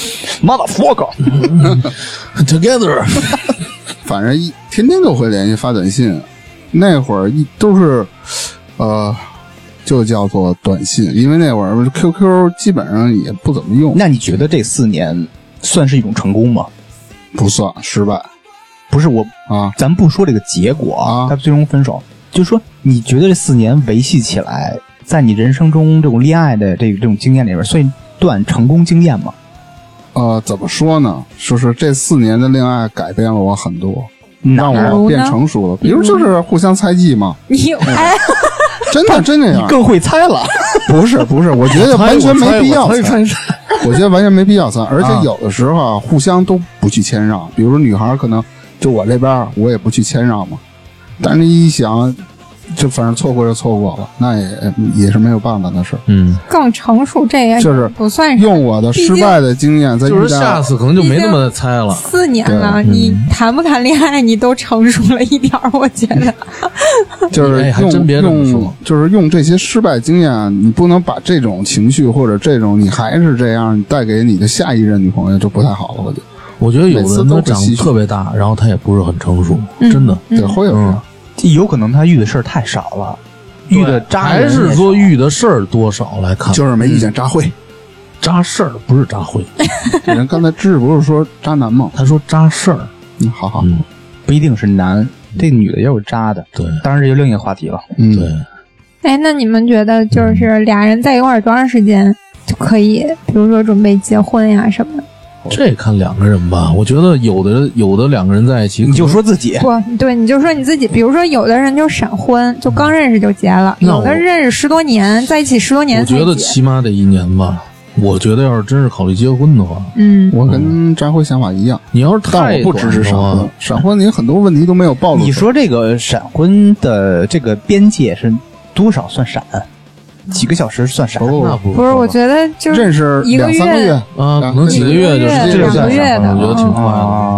，motherfucker，together， 反正一天天都会联系发短信。那会儿一都是，呃。就叫做短信，因为那会儿 Q Q 基本上也不怎么用。 那你觉得这四年算是一种成功吗？ 不算，失败。 不是我啊， 咱不说这个结果啊， 他最终分手，就是说你觉得这四年维系起来，在你人生中这种恋爱的这个这种经验里边，算段成功经验吗？ 呃，怎么说呢？就是这四年的恋爱改变了我很多，让我变成熟了。比如就是互相猜忌嘛。 你哎。 真的真的呀， 更会猜了。 不是不是，我觉得完全没必要猜。 我觉得完全没必要猜，而且有的时候啊，互相都不去谦让。比如说女孩可能就我这边，我也不去谦让嘛。但是你一想，就反正错过就错过了，那也也是没有办法的事。 嗯， 更成熟这也就是不算是用我的失败的经验，在就是下次可能就没那么猜了。 四年了，你谈不谈恋爱，你都成熟了一点，我觉得。 就是用、 哎、还真别这么说， 就是用这些失败经验，你不能把这种情绪或者这种你还是这样带给你的下一任女朋友就不太好了。我觉得， 我觉得有的人他长得特别大，然后他也不是很成熟， 嗯、 真的， 嗯、 对，会有、嗯， 有可能他遇的事儿太少了，遇的渣还是说遇的事儿多少来看， 就是没遇见渣会。 渣事儿不是渣会， 人刚才知识不是说渣男吗？ 他说渣事儿， 嗯，好好， 嗯，不一定是男。这女的也有渣的， 对， 当然这就另一个话题了。 嗯， 对。 哎，那你们觉得就是俩人在一块儿多长时间就可以，比如说准备结婚呀什么的？ 这看两个人吧，我觉得有的有的两个人在一起， 你就说自己不对，你就说你自己。比如说有的人就闪婚，就刚认识就结了；有的认识十多年，在一起十多年才结。 我觉得起码得一年吧。我觉得要是真是考虑结婚的话， 嗯， 我跟张辉想法一样。 你要是太但我不支持闪婚，闪婚你很多问题都没有暴露。 你说这个闪婚的这个边界是多少算闪？几个小时算闪？ 那不不是，我觉得就认识一个两三个月啊，可能几个月就两个月的， 我觉得挺快的。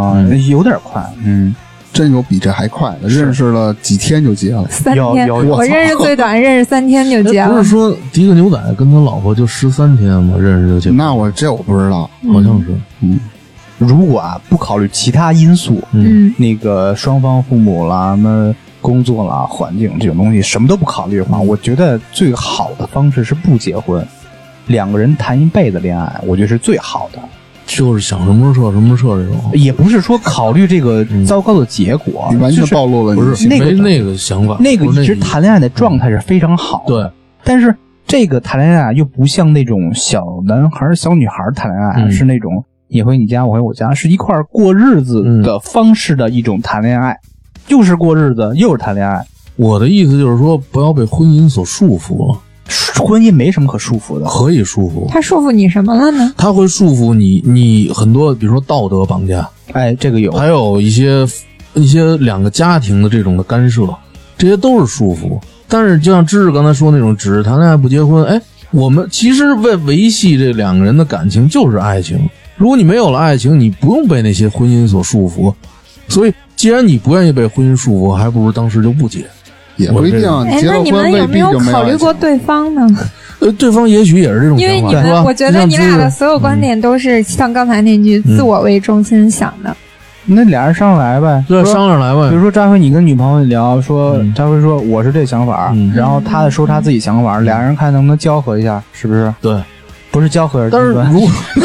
啊，有点快，嗯。 真有比这还快的，认识了几天就结了， 三天， 有有我认识最短认识三天就结了。 不是说迪克牛仔跟他老婆就十三天吗？认识就结？ 那我这我不知道， 好像是。 嗯， 如果啊不考虑其他因素， 嗯， 那个双方父母啦、什么工作啦、环境这种东西什么都不考虑的话，我觉得最好的方式是不结婚，两个人谈一辈子恋爱，我觉得是最好的。 就是想什么时候撤什么时候撤这种， 也不是说考虑这个糟糕的结果， 你完全暴露了， 不是那个没那个想法， 那个一直谈恋爱的状态是非常好的， 对。 但是这个谈恋爱又不像那种小男孩小女孩谈恋爱， 嗯、 是那种你回你家我回我家，是一块过日子的方式的一种谈恋爱，嗯、又是过日子又是谈恋爱。 我的意思就是说，不要被婚姻所束缚了。 婚姻没什么可束缚的， 可以束缚。 他束缚你什么了呢？ 他会束缚你，你很多，比如说道德绑架， 哎，这个有， 还有一些一些两个家庭的这种的干涉，这些都是束缚。但是就像芝芝刚才说那种，只是谈恋爱不结婚，哎，我们其实为维系这两个人的感情就是爱情。如果你没有了爱情，你不用被那些婚姻所束缚。所以，既然你不愿意被婚姻束缚，还不如当时就不结。 也不一定， 哎，那你们有没有考虑过对方呢？ 呃，对方也许也是这种想法， 因为你们，我觉得你俩的所有观点都是像刚才那句“自我为中心”想的。 嗯、那俩人商量来呗， 对，商量来呗。 比如说，张辉，你跟女朋友聊，说、嗯、张辉说我是这想法，嗯、然后他说他自己想法，嗯、俩人看能不能交合一下，是不是？ 对， 不是交合， 但是如果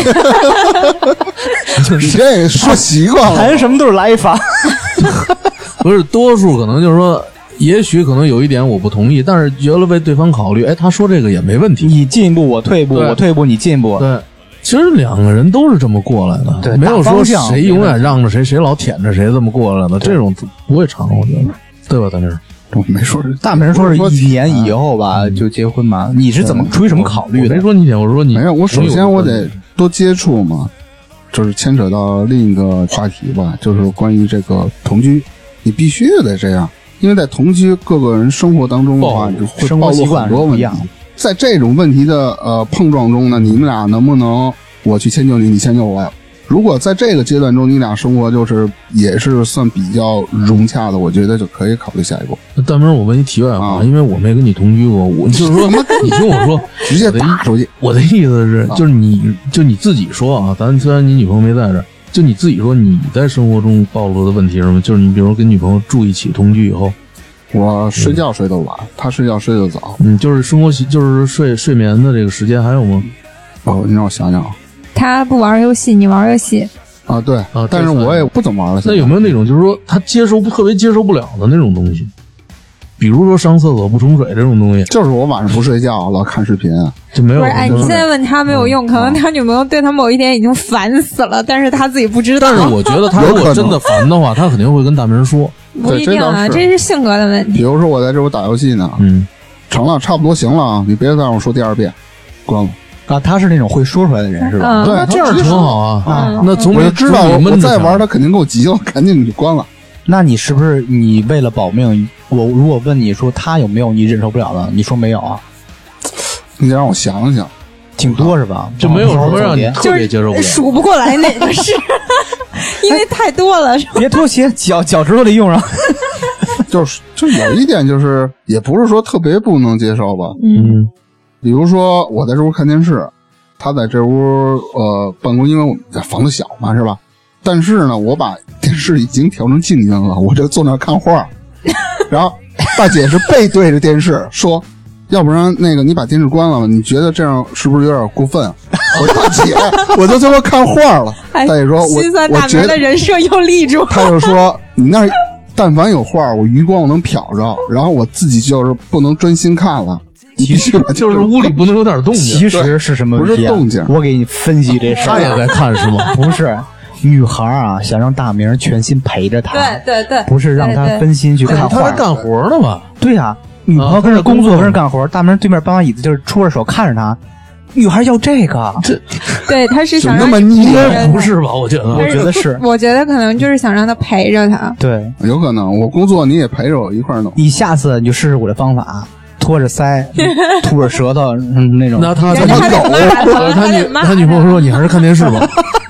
你这说习惯了， 谈什么都是来一发。 不是，多数可能就是说。也许可能有一点我不同意，但是觉得为对方考虑，哎，他说这个也没问题。 你进一步，我退一步；我退一步，你进一步。 对，其实两个人都是这么过来的， 对， 没有说谁永远让着谁，谁老舔着谁这么过来的，这种不会长，我觉得，对吧，大明？ 我没说是， 大明说是一年以后吧、嗯、就结婚嘛。你是怎么出于什么考虑的？ 没说你舔，我说你没有。我首先我得多接触嘛，就是牵扯到另一个话题吧，就是关于这个同居，你必须得这样。因为在同居各个人生活当中的话，就会暴露很多问题。在这种问题的呃碰撞中呢，你们俩能不能我去迁就你，你迁就我？如果在这个阶段中，你俩生活就是也是算比较融洽的，我觉得就可以考虑下一步。 大明，我问你题外话，啊、因为我没跟你同居过，我就是说，你听我说， 直接打出去。 我的意思是，就是你就你自己说啊，咱虽然你女朋友没在这儿。就你自己说你在生活中暴露的问题是什么？就是你比如跟女朋友住一起同居以后， 我睡觉睡得晚，嗯、他睡觉睡得早。 嗯，就是生活习就是睡睡眠的这个时间还有吗？ 哦，你让我想想啊。 他不玩游戏，你玩游戏啊？对啊，但是我也不怎么玩了。 那有没有那种就是说他接受不特别接受不了的那种东西？比如说上厕所不冲水这种东西， 就是我晚上不睡觉老看视频， 就没有。 不是，哎，你现在问他没有用，嗯、可能他女朋友对他某一点已经烦死了，但是他自己不知道。 但是我觉得他如果真的烦的话，他肯定会跟大明说。 不一定啊，这是性格的问题。 比如说我在这我打游戏呢， 嗯， 成了，差不多行了啊，你别再让我说第二遍，关了。 啊，他是那种会说出来的人是吧？ 嗯、 对， 这样挺好啊。 嗯、 那总我就知道我再玩他肯定给我急了，赶紧就关了。 那你是不是你为了保命？我如果问你说他有没有你忍受不了的，你说没有啊？ 你得让我想想， 挺多是吧？ 就没有什么让你特别接受不了， 就是数不过来哪个是，因为太多了。 别拖鞋，脚脚趾头里用上。 就是就有一点就是，也不是说特别不能接受吧。 嗯， 比如说我在这屋看电视，他在这屋呃办公，因为我们家房子小嘛，是吧？但是呢，我把电视已经调成静音了，我就坐那看画。然后大姐是背对着电视说，要不然那个你把电视关了吧，你觉得这样是不是有点过分？我大姐，我就这么看画了。大姐说，我心酸大明的人设又立住。 他就说，你那但凡有画，我余光我能瞟着，然后我自己就是不能专心看了。 其实就是屋里不能有点动静。 其实是什么问题、啊？ 不是动静。 我给你分析这事儿。 他也在看是吗？ 不是。女孩啊，想让大明全心陪着她， 对对对， 不是让她分心去看画。 他在干活呢吧？ 对呀、啊，女朋友跟着工作，跟着干活，大明对面搬把椅子，就是出着手看着她。女孩要这个， 这对，他是想那么捏， 不是吧？我觉得， 我觉得是， 我觉得可能就是想让他陪着他。 对， 有可能我工作你也陪着我一块弄。 你下次你就试试我的方法。拖着腮，吐着舌头，嗯，那种。 那他他他他他女他女朋友说：“你还是看电视吧。”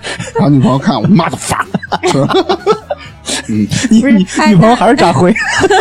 然后女朋友看我妈的发，是吧？嗯， 你你女朋友还是扎灰。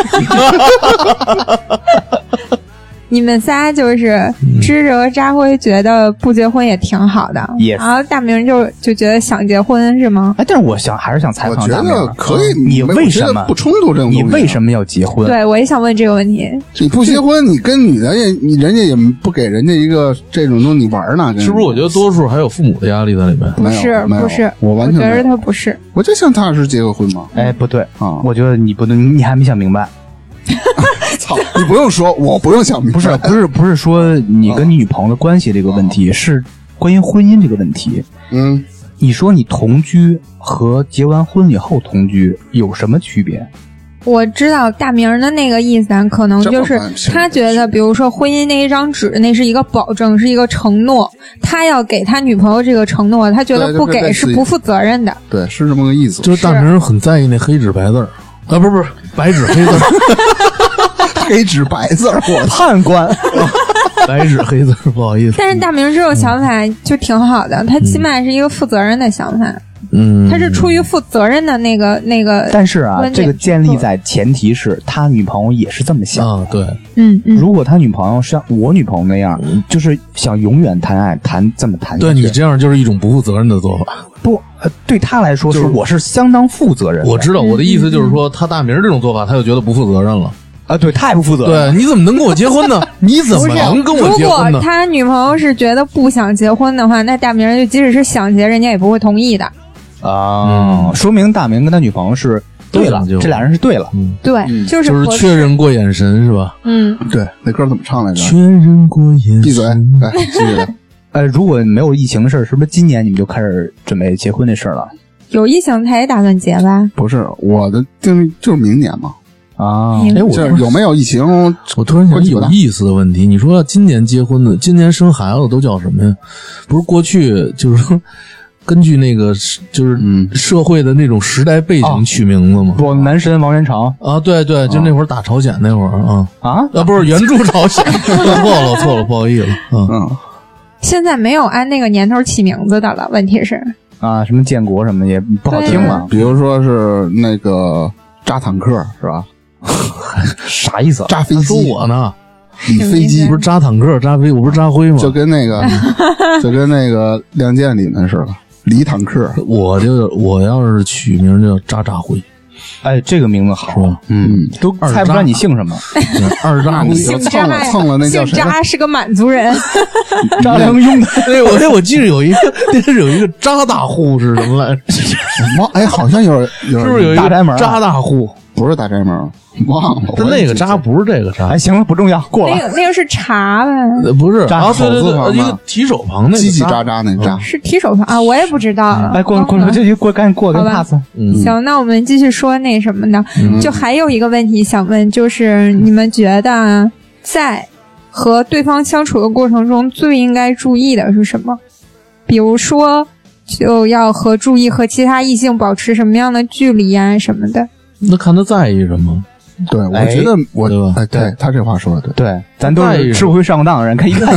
你们仨就是芝芝和扎辉觉得不结婚也挺好的， 也、 嗯、然后大明就就觉得想结婚是吗？ 哎，但是我想还是想采访大明， 我觉得可以， 你为什么不冲突这种东西、啊？ 你为什么要结婚？ 对，我也想问这个问题。 你不结婚，你跟女的也，你人家也不给人家一个这种东西你玩呢？ 是不是？我觉得多数还有父母的压力在里面。 不是，不是， 我完全我觉得他不是。 我就想踏实结个婚嘛。 哎，不对啊， 我觉得你不对，你还没想明白。 操！你不用说，我不用想明白。 不是，不是，不是说你跟你女朋友的关系这个问题，啊、是关于婚姻这个问题。 嗯， 你说你同居和结完婚以后同居有什么区别？ 我知道大明的那个意思，可能就是他觉得，比如说婚姻那一张纸，那是一个保证，是一个承诺，他要给他女朋友这个承诺，他觉得不给是不负责任的。 对，是这么个意思。 就是大明很在意那黑纸白字儿啊，不是不是白纸黑字儿。 黑纸白字儿，我判官， 白纸黑字，不好意思。 但是大明这种想法就挺好的，他起码是一个负责任的想法。嗯，他是出于负责任的那个那个。 但是啊，这个建立在前提是他女朋友也是这么想啊。对， 嗯嗯。 如果他女朋友像我女朋友那样，嗯、就是想永远谈爱，谈这么谈， 对你这样就是一种不负责任的做法。 不，呃、对他来说是、就是、我是相当负责任的。 我知道我的意思就是说，他大明这种做法，他就觉得不负责任了。 啊，对，太不负责任。 对，你怎么能跟我结婚呢？你怎么能跟我结婚呢？ 如果他女朋友是觉得不想结婚的话，那大明就即使是想结，人家也不会同意的。 啊、嗯，说明大明跟他女朋友是对了，这俩人是对了。 嗯， 对，嗯、就是就是确认过眼神是吧？ 嗯， 对，那歌怎么唱来着？ 确认过眼神。 闭嘴！哎，继续。 呃，如果没有疫情的事儿，是不是今年你们就开始准备结婚这事儿了？ 有疫情他也打算结吧？ 不是，我的定就是明年嘛。 啊， 哎，我有没有疫情？ 我突然想有意思的问题，你说今年结婚的，今年生孩子都叫什么呀？不是过去就是说根据那个就是社会的那种时代背景取名字吗？ 不、嗯，男神王元朝啊，对对，就那会儿打朝鲜那会儿啊啊啊，不是援助朝鲜，错了错了，不好意思啊。 嗯， 现在没有按那个年头起名字的了，问题是啊，什么建国什么也不好听了， 比如说是那个扎坦克是吧？ 啥意思？ 扎飞机？ 说我呢？ 理飞机不是扎坦克扎飞，我不是扎灰吗？ 就跟那个就跟那个《亮剑》里面似的，理坦克。 我就我要是取名叫扎扎灰。 哎，这个名字好，嗯，都猜不出来你姓什么。 二扎， 你蹭了蹭了那叫谁？ 姓扎是个满族人， 扎良镛的。 对，我我记得有一个，那是有一个扎大户是什么来着？ 哎，好像有有是不是有一个大宅门扎大户？ 不是大宅门，忘了。 但那个扎不是这个扎。 哎，行了，不重要，过了。 那个那个是茶呗？ 不是， 扎对对对，一个提手旁那个叽叽喳喳那扎是提手旁啊，我也不知道。 哎，过过了，这就过，赶紧过，跟 pass。 行，那我们继续说那什么的。就还有一个问题想问，就是你们觉得在和对方相处的过程中，最应该注意的是什么？比如说，就要和注意和其他异性保持什么样的距离啊什么的。 那看他在意什么？ 对，我觉得我对吧？哎，对他这话说的对， 对，咱都是吃不会上过当的人，可以看。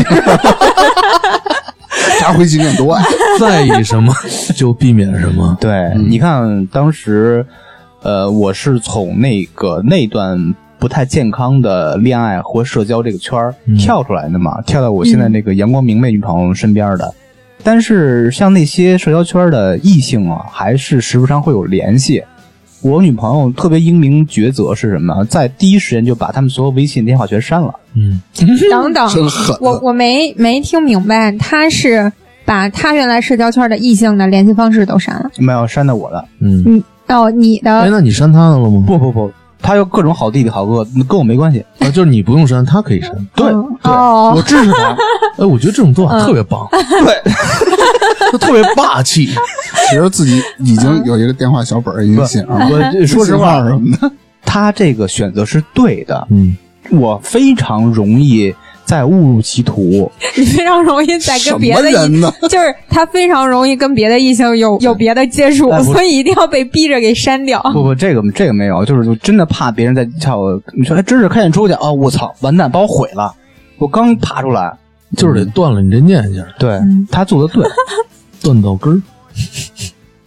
扎回经验多啊！ 在意什么就避免什么。 对，嗯、你看当时，呃，我是从那个那段不太健康的恋爱或社交这个圈儿、嗯、跳出来的嘛，跳到我现在那个阳光明媚女朋友身边的。嗯、但是像那些社交圈的异性啊，还是时不常会有联系。我女朋友特别英明抉择是什么？在第一时间就把他们所有微信电话全删了。 嗯， 等等， 真狠！ 我我没没听明白，他是把他原来社交圈的异性的联系方式都删了？ 没有，删的我的。 嗯， 嗯哦，你的？ 哎，那你删他的了吗？ 不不不，他有各种好弟弟好哥，跟我没关系。 啊，就是你不用删，他可以删。 对、 嗯、 对、 哦， 我支持他。 哎，我觉得这种做法特别棒。 嗯、对。 他特别霸气， 其实自己已经有一个电话小本已经写了。 我说实话什么的，他这个选择是对的。 嗯， 我非常容易再误入歧途。 你非常容易再跟别的异，就是他非常容易跟别的异性有有别的接触，所以一定要被逼着给删掉。 不不，这个这个没有，就是真的怕别人在叫我。你说，哎，真是开演出去啊！我操，完蛋，把我毁了！我刚爬出来。 就是得断了你这念想。 对、嗯、他做的对， 断到根儿。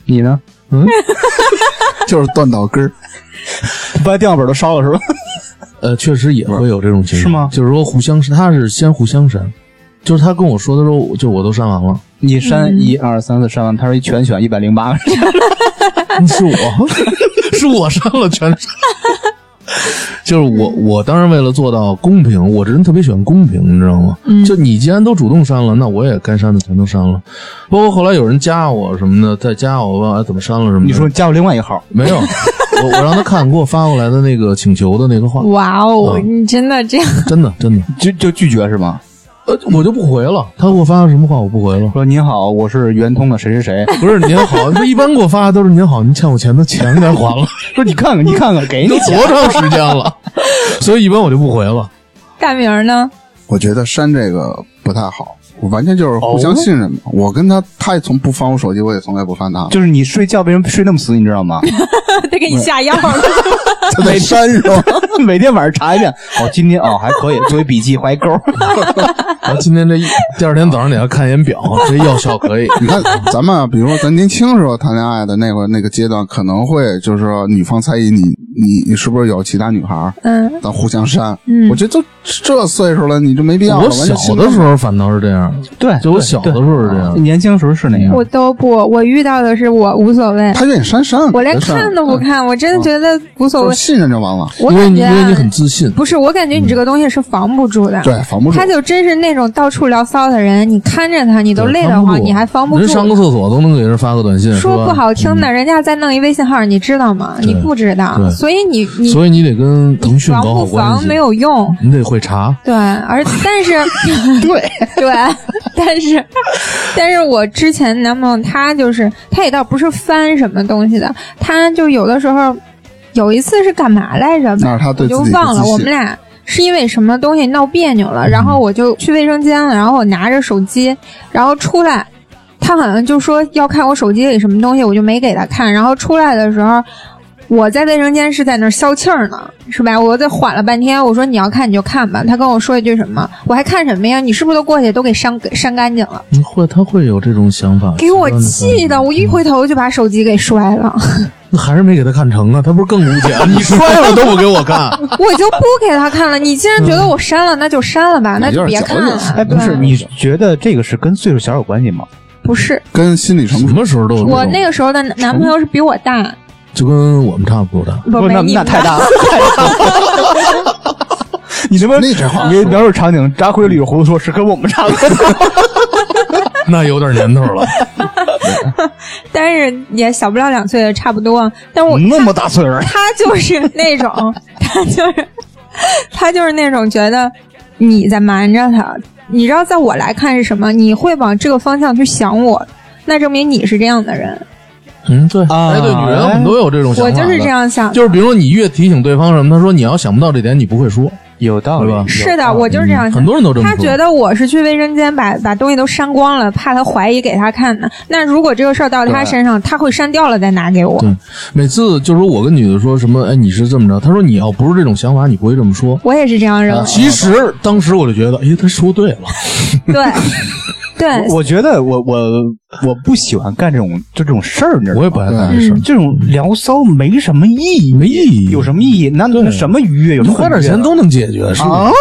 你呢？ 嗯， 就是断倒根儿， 把电脑本都烧了是吧？ 呃，确实也会有这种情况， 是吗？ 就是说互相，他是先互相删，就是他跟我说的时候，就我都删完了。 你删一二三四删完，他说一全选一百零八个， 是我，是我删了全删。就是我，我当然为了做到公平，我这人特别喜欢公平，你知道吗？嗯，就你既然都主动删了，那我也该删的全都删了。包括后来有人加我什么的，再加我问我怎么删了什么的。 你说加我另外一个号？ 没有，我我让他看给我发过来的那个请求的那个话。 哇哦， 嗯、 你真的这样？ 真的真的就就拒绝是吗？ 呃，我就不回了。他给我发什么话我不回了。 说您好，我是圆通的谁谁谁。 不是您好，他一般给我发的都是您好，您欠我钱的钱该还了。 说你看看，你看看，给你多长时间了？所以一般我就不回了。 大明呢？ 我觉得删这个不太好，我完全就是互相信任嘛。哦、我跟他，他也从不翻我手机，我也从来不翻他。 就是你睡觉为什么睡那么死，你知道吗？ 他给你下药了， 他得删是吧？ 每天晚上查一遍。哦，今天哦还可以，作为笔记画一勾。 然后今天这第二天早上你要看一眼表，这药效可以。 你看咱们比如说咱年轻时候谈恋爱的那会儿那个阶段，可能会就是说女方猜疑你你你是不是有其他女孩，嗯，咱互相删。嗯，我觉得都这岁数了，你就没必要了。 我小的时候反倒是这样， 对， 就我小的时候是这样， 年轻时候是那样。 我都不，我遇到的是我无所谓， 他愿意删删， 我连看都不看，我真的觉得无所谓， 信任就完了。 我感觉因为你很自信， 不是，我感觉你这个东西是防不住的， 对，防不住。 他就真是那种到处聊骚的人，你看着他，你都累得慌，你还防不住。 人上个厕所都能给人发个短信， 说不好听的，人家再弄一微信号，你知道吗？你不知道，所以你你所以你得跟腾讯搞好关系。 防不防没有用， 你得会查。 对，而但是对对，但是但是我之前男朋友他就是他也倒不是翻什么东西的，他就有的时候有一次是干嘛来着？ 那是他对自己我就忘了，我们俩是因为什么东西闹别扭了，然后我就去卫生间了，然后我拿着手机，然后出来，他好像就说要看我手机里什么东西，我就没给他看，然后出来的时候。我在卫生间是在那儿消气儿呢，是吧？我在缓了半天，我说你要看你就看吧。他跟我说一句什么？我还看什么呀？你是不是都过去都给删给删干净了？ 嗯，会他会有这种想法， 给我气的，我一回头就把手机给摔了。 那还是没给他看成啊，他不是更无解？你摔了都不给我看， 我就不给他看了。你既然觉得我删了，嗯、那就删了吧，那就别看了。 哎，不是，你觉得这个是跟岁数小有关系吗？ 不是， 跟心理成熟。 什么时候都有。 我那个时候的男朋友是比我大。 就跟我们差不多大， 不， 那那太大了，太大了。你能不能你描述场景？扎辉捋着胡子说：“是跟我们差不多。” 那有点年头了， 但是也小不了两岁，差不多。但我那么大岁数， 他就是那种，他就是他就是那种觉得你在瞒着他。你知道，在我来看是什么？你会往这个方向去想我，那证明你是这样的人。 嗯，对，啊、哎，对，女人很多有这种想法。 我就是这样想， 就是比如说你越提醒对方什么，他说你要想不到这点，你不会说， 有道理吧？ 是的，我就是这样想、 嗯。很多人都这么说。 他觉得我是去卫生间把把东西都删光了，怕他怀疑给他看的。那如果这个事儿到他身上，他会删掉了再拿给我。 对，每次就是说我跟女的说什么，哎，你是这么着，他说你要不是这种想法，你不会这么说。 我也是这样认为。 啊、其实当时我就觉得，哎，他说对了。 对。对， 我, 我觉得我我我不喜欢干这种就这种事儿，你知道吗？ 我也不爱干这事儿、 嗯，这种聊骚没什么意义， 没意义， 有什么意义？那那什么愉悦？有什么花点钱都能解决，是吧？啊、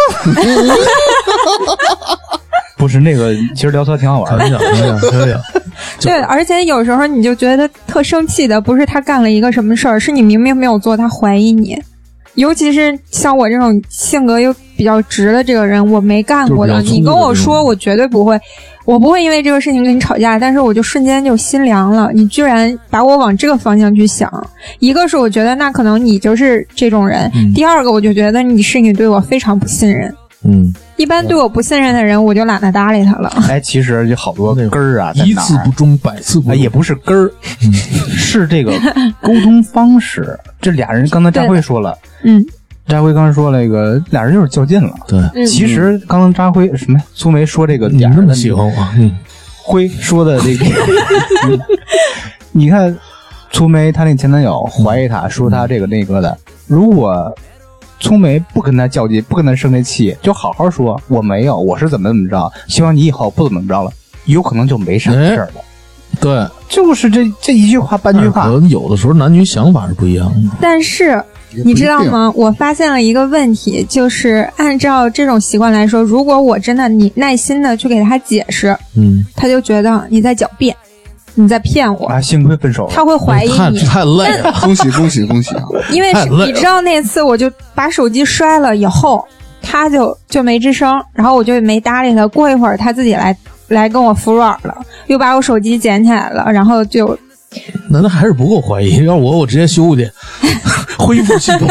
不是那个，其实聊骚挺好玩的， 可以讲，可以讲。 对，而且有时候你就觉得特生气的，不是他干了一个什么事儿，是你明明没有做，他怀疑你。尤其是像我这种性格又比较直的这个人，我没干过的，你跟我说，我绝对不会，我不会因为这个事情跟你吵架，但是我就瞬间就心凉了。你居然把我往这个方向去想，一个是我觉得那可能你就是这种人，嗯、第二个我就觉得你是你对我非常不信任。 嗯， 一般对我不信任的人，我就懒得搭理他了。 哎，其实有好多根儿啊， 一次不忠，百次不忠， 哎、也不是根儿，嗯、是这个沟通方式。这俩人刚才张辉说了， 嗯， 扎辉刚才说那个俩人就是较劲了。 对， 嗯、 其实刚刚扎辉什么苏梅说这个点， 你这么喜欢我，嗯， 辉说的这个，你看苏梅她那前男友怀疑她，说她这个那个的，如果。聪梅不跟他较劲，不跟他生这气，就好好说我没有，我是怎么怎么着，希望你以后不怎么着了，有可能就没啥事儿了。 对， 就是这这一句话半句话。 可能有的时候男女想法是不一样的。 但是你知道吗？我发现了一个问题，就是按照这种习惯来说，如果我真的你耐心的去给他解释， 嗯， 他就觉得你在狡辩，你在骗我啊！幸亏分手了， 他会怀疑你。 太, 太累了， 恭喜恭喜恭喜啊！ 因为你知道那次我就把手机摔了以后，他就就没吱声，然后我就没搭理他。过一会儿他自己来来跟我服软了，又把我手机捡起来了，然后就。 那他还是不够怀疑，要我我直接修去恢复系统，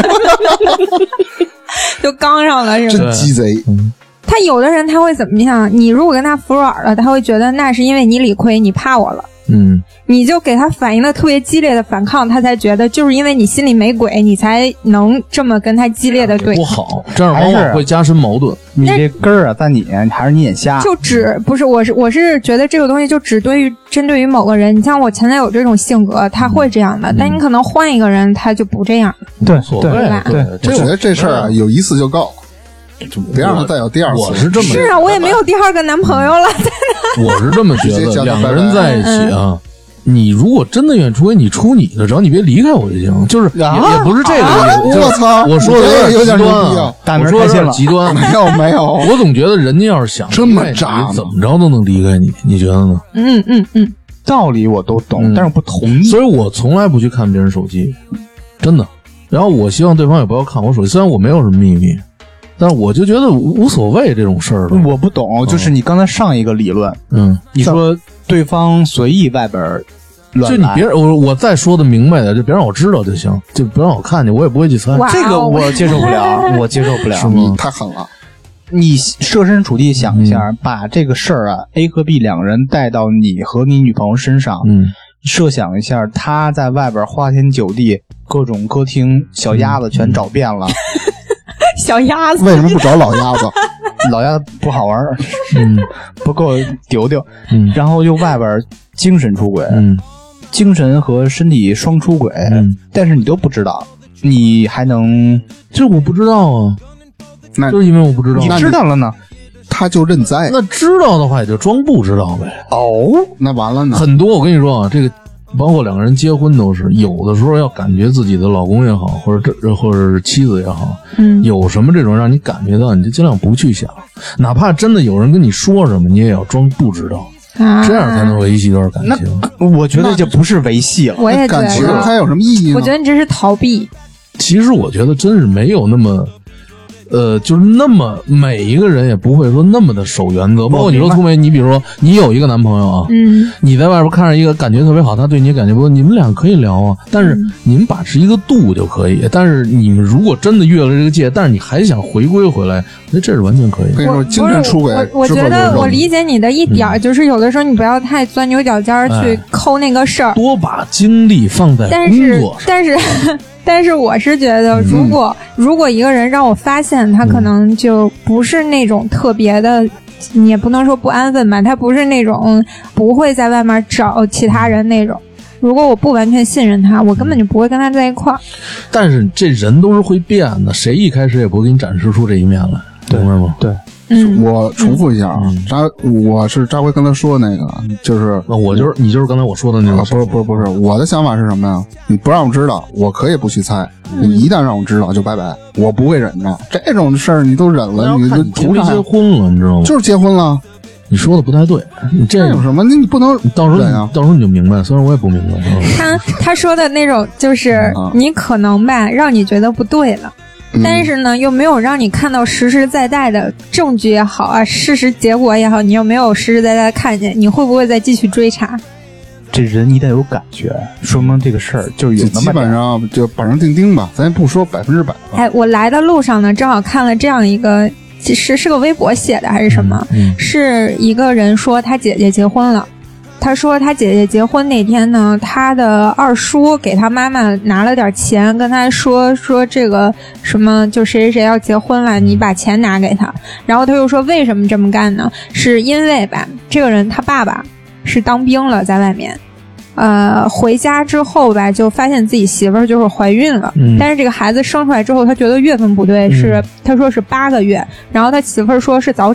就刚上了是吧？ 真鸡贼。 嗯， 他有的人他会怎么样？你如果跟他服软了，他会觉得那是因为你理亏，你怕我了。 嗯， 你就给他反应的特别激烈的反抗，他才觉得就是因为你心里没鬼，你才能这么跟他激烈的对抗。 不好，这样往往会加深矛盾。 你这根儿啊，在你还是你眼瞎？ 就只不是我是我是觉得这个东西就只对于针对于某个人。你像我前男友这种性格，他会这样的，嗯、但你可能换一个人，他就不这样。 对， 对吧？ 对， 我觉得这事儿啊，有一次就够。就别让他再有第二次。 我是这么是啊，我也没有第二个男朋友了。 我是这么觉得，两个人在一起啊，你如果真的愿意出轨，你出你的，只要你别离开我就行。就是也、啊、也不是这个意思。 我操！ 我说的有点极端啊，我说的有点极端。 没有没有， 我总觉得人家要是想这么渣， 怎么着都能离开你，你觉得呢？ 嗯嗯嗯， 道理我都懂，嗯、但是我不同意。 所以我从来不去看别人手机，真的。然后我希望对方也不要看我手机，虽然我没有什么秘密。但是我就觉得无所谓这种事儿了。 我不懂，就是你刚才上一个理论， 嗯， 你说对方随意外边乱来， 就你别我我再说的明白的，就别让我知道就行，就别让我看见，我也不会去猜。 这个我接受不了，我接受不了， 是吗？ 太狠了。 你设身处地想一下，嗯、把这个事儿啊 ，A 和 B 两个人带到你和你女朋友身上， 嗯， 设想一下，他在外边花天酒地，各种歌厅小鸭子全找遍了。 嗯小鸭子为什么不找老鸭子？ 老鸭子不好玩， 嗯， 不够丢丢， 嗯， 然后又外边精神出轨， 嗯， 精神和身体双出轨， 嗯， 但是你都不知道，你还能？ 这我不知道啊， 那就是因为我不知道， 你知道了呢， 他就认栽。 那知道的话也就装不知道呗。 哦， 那完了呢？ 很多我跟你说啊，这个。包括两个人结婚都是，有的时候要感觉自己的老公也好，或者这或者是妻子也好， 嗯， 有什么这种让你感觉到，你就尽量不去想，哪怕真的有人跟你说什么，你也要装不知道， 啊、 这样才能维系一段感情。 我觉得这不是维系了， 我也觉得感情还有什么意义呢？ 我觉得你这是逃避。 其实我觉得真是没有那么。呃，就是那么每一个人也不会说那么的守原则，包括你说粗梅，你比如说你有一个男朋友啊， 嗯， 你在外边看着一个感觉特别好，他对你感觉不错，你们俩可以聊啊，但是你们把持一个度就可以。但是你们如果真的越了这个界，但是你还想回归回来，那这是完全可以。 跟你说，精神出轨， 我我觉得我理解你的一点、嗯、就是有的时候你不要太钻牛角尖去抠那个事儿、哎， 多把精力放在工作上。 但是，但是。但是我是觉得，如果、嗯、如果一个人让我发现他可能就不是那种特别的，你也不能说不安分吧，他不是那种不会在外面找其他人那种。如果我不完全信任他，我根本就不会跟他在一块儿。 但是这人都是会变的，谁一开始也不会给你展示出这一面来，明白吗？ 对。 嗯， 我重复一下啊，扎、嗯，我是扎辉刚才说的那个，就是我就是你就是刚才我说的那种、 啊，不是不是不是，我的想法是什么呀？你不让我知道，我可以不去猜； 嗯、 你一旦让我知道，就拜拜，我不会忍着。这种事儿你都忍了，你就图啥？结婚了，你知道吗？ 就是结婚了。 你说的不太对，你这有什么？你不能到时候你到时候你就明白，虽然我也不明白。 他他说的那种就是你可能吧，让你觉得不对了。但是呢，又没有让你看到实实在在的证据也好啊，事实结果也好，你又没有实实在在的看见，你会不会再继续追查？ 这人一旦有感觉，说明这个事儿就有那么基本上就板上钉钉吧，咱也不说百分之百吧。 哎，我来的路上呢，正好看了这样一个，是是个微博写的还是什么？ 嗯嗯、 是一个人说他姐姐结婚了。他说他姐姐结婚那天呢，他的二叔给他妈妈拿了点钱，跟他说说这个什么就谁谁谁要结婚了，你把钱拿给他。然后他又说为什么这么干呢？是因为吧，这个人他爸爸是当兵了，在外面呃，回家之后吧，就发现自己媳妇儿就是怀孕了、 嗯、 但是这个孩子生出来之后他觉得月份不对，是、嗯、他说是八个月，然后他媳妇儿说是早产，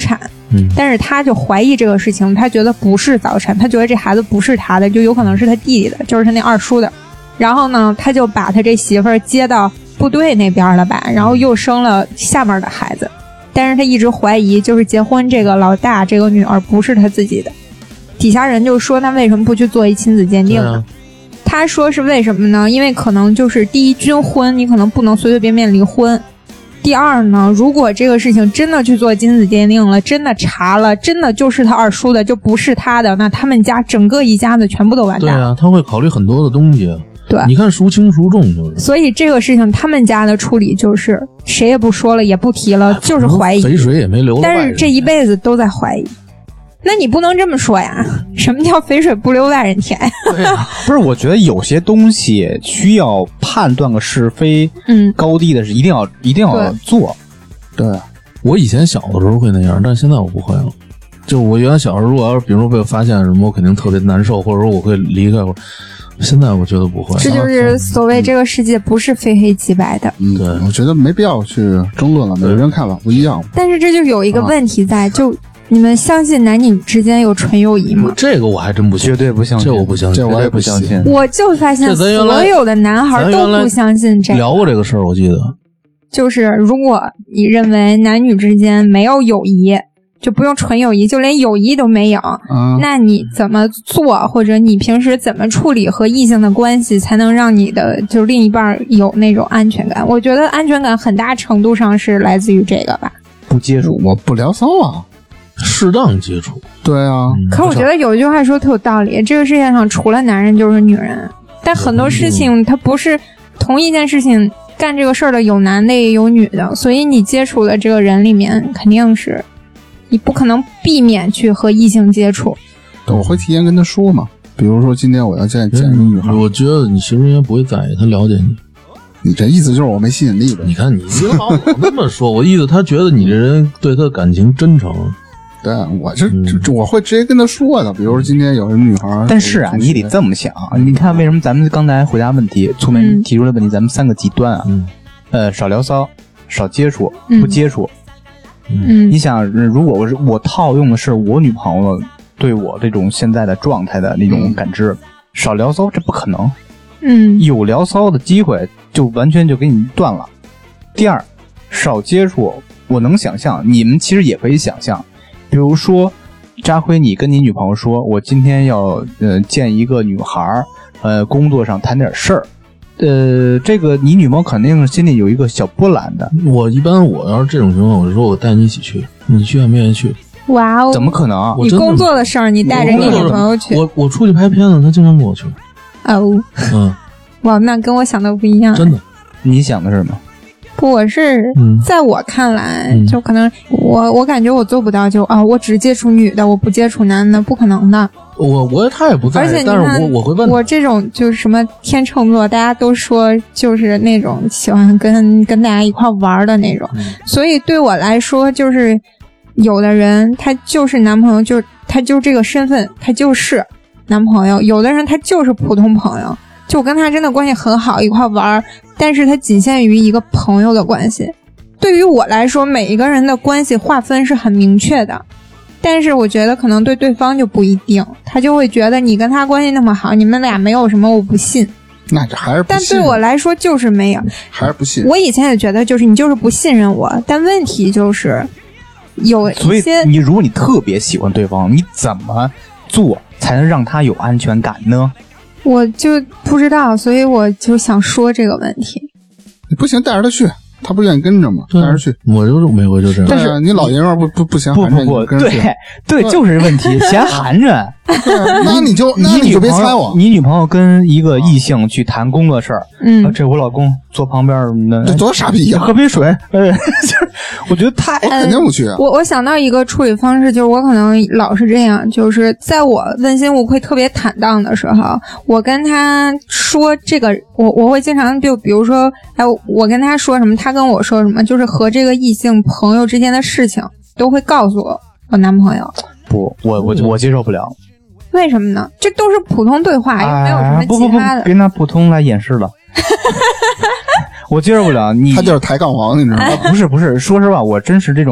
嗯， 但是他就怀疑这个事情，他觉得不是早产，他觉得这孩子不是他的，就有可能是他弟弟的，就是他那二叔的。然后呢，他就把他这媳妇儿接到部队那边了吧，然后又生了下面的孩子。但是他一直怀疑，就是结婚这个老大这个女儿不是他自己的。底下人就说他为什么不去做一亲子鉴定呢？他说是为什么呢？因为可能就是第一，军婚你可能不能随随便便离婚。第二呢，如果这个事情真的去做亲子鉴定了，真的查了，真的就是他二叔的，就不是他的，那他们家整个一家子全部都完蛋。 对啊，他会考虑很多的东西。 对， 你看孰轻孰重就是。 所以这个事情他们家的处理就是谁也不说了，也不提了，就是怀疑。 肥水也没流了外人。 但是这一辈子都在怀疑。那你不能这么说呀？什么叫肥水不流外人田？ 对啊，不是，我觉得有些东西需要判断个是非， 嗯， 高低的是一定要一定要做。 对， 我以前小的时候会那样，但是现在我不会了。就我原来小时候，如果要是比如说被我发现什么，我肯定特别难受，或者说我会离开。现在我觉得不会。 这就是所谓这个世界不是非黑即白的。 嗯， 对， 我觉得没必要去争论了，每个人看法不一样。 但是这就有一个问题在，啊、就你们相信男女之间有纯友谊吗？ 这个我还真不信， 绝对不相信， 这我不相信， 这我也不相信。 我就发现所有的男孩都不相信这个。 聊过这个事儿，我记得。 就是如果你认为男女之间没有友谊，就不用纯友谊，就连友谊都没有， 嗯， 那你怎么做，或者你平时怎么处理和异性的关系，才能让你的就另一半有那种安全感？我觉得安全感很大程度上是来自于这个吧。 不接触， 我不聊骚啊， 适当接触。 对啊、 嗯， 可我觉得有一句话说特有道理，这个世界上除了男人就是女人，但很多事情它不是同一件事情干这个事儿的，有男的也有女的，所以你接触的这个人里面肯定是你不可能避免去和异性接触。 我会提前跟他说嘛，比如说今天我要见见一个女孩， 我觉得你媳妇应该不会在意，她了解你。 你这意思就是我没吸引力呗？ 你看你老老那么说，我意思他觉得你这人对他的感情真诚。 对，我这、嗯、我会直接跟他说的。比如说今天有一个女孩， 但是啊，你得这么想，你看为什么咱们刚才回答问题，聪明提出了问题，咱们三个极端啊， 嗯， 呃，少聊骚，少接触， 嗯、 不接触。 嗯， 你想，如果我是我套用的是我女朋友对我这种现在的状态的那种感知，嗯、少聊骚，这不可能。 嗯， 有聊骚的机会就完全就给你断了。第二，少接触，我能想象，你们其实也可以想象，比如说扎辉，你跟你女朋友说，我今天要呃见一个女孩，呃，工作上谈点事儿。呃，这个你女朋友肯定心里有一个小波澜的。 我一般我要是这种情况，我就说我带你一起去，你去愿不愿意去？ 哇哦， 怎么可能？ 你工作的事儿，你带着你女朋友去？ 我我出去拍片子，她经常跟我去。 哦， 嗯， 哇，那跟我想的不一样。 真的， 你想的是什么？ 不，我是、嗯、在我看来， 嗯、 就可能我我感觉我做不到就，就啊，我只接触女的，我不接触男的，不可能的。 我我他也不在意， 而且但是我我会问我这种就是什么天秤座，大家都说就是那种喜欢跟跟大家一块玩的那种、嗯，所以对我来说，就是有的人他就是男朋友，就他就这个身份，他就是男朋友；有的人他就是普通朋友，就我跟他真的关系很好，一块玩，但是他仅限于一个朋友的关系。对于我来说，每一个人的关系划分是很明确的。但是我觉得可能对对方就不一定，他就会觉得你跟他关系那么好，你们俩没有什么，我不信。 那这还是不信。 但对我来说就是没有， 还是不信。 我以前也觉得就是你就是不信任我，但问题就是有一些， 所以你如果你特别喜欢对方，你怎么做才能让他有安全感呢？ 我就不知道，所以我就想说这个问题。 你不行，带着他去。他不愿意跟着吗？带着去， 我就是每回就这样。 但是你老爷们儿不不不嫌寒碜， 不不不，对对，就是问题，嫌寒碜。 那你就那你就别猜我。 你女朋友跟一个异性去谈工作事儿， 嗯、 啊，这我老公坐旁边什么的， 这多傻逼呀！ 喝杯水，呃，就是我觉得太肯定不去啊。 我我想到一个处理方式，就是我可能老是这样，就是在我问心无愧、特别坦荡的时候，我跟他说这个，我我会经常就比如说，哎，我跟他说什么，他跟我说什么，就是和这个异性朋友之间的事情，都会告诉我我男朋友。 不，我我我接受不了。 为什么呢？这都是普通对话，又没有什么其他的。 不不不，别拿普通来掩饰了。我接受不了你。 他就是抬杠王，你知道吗？ 不是不是，说实话，我真是这种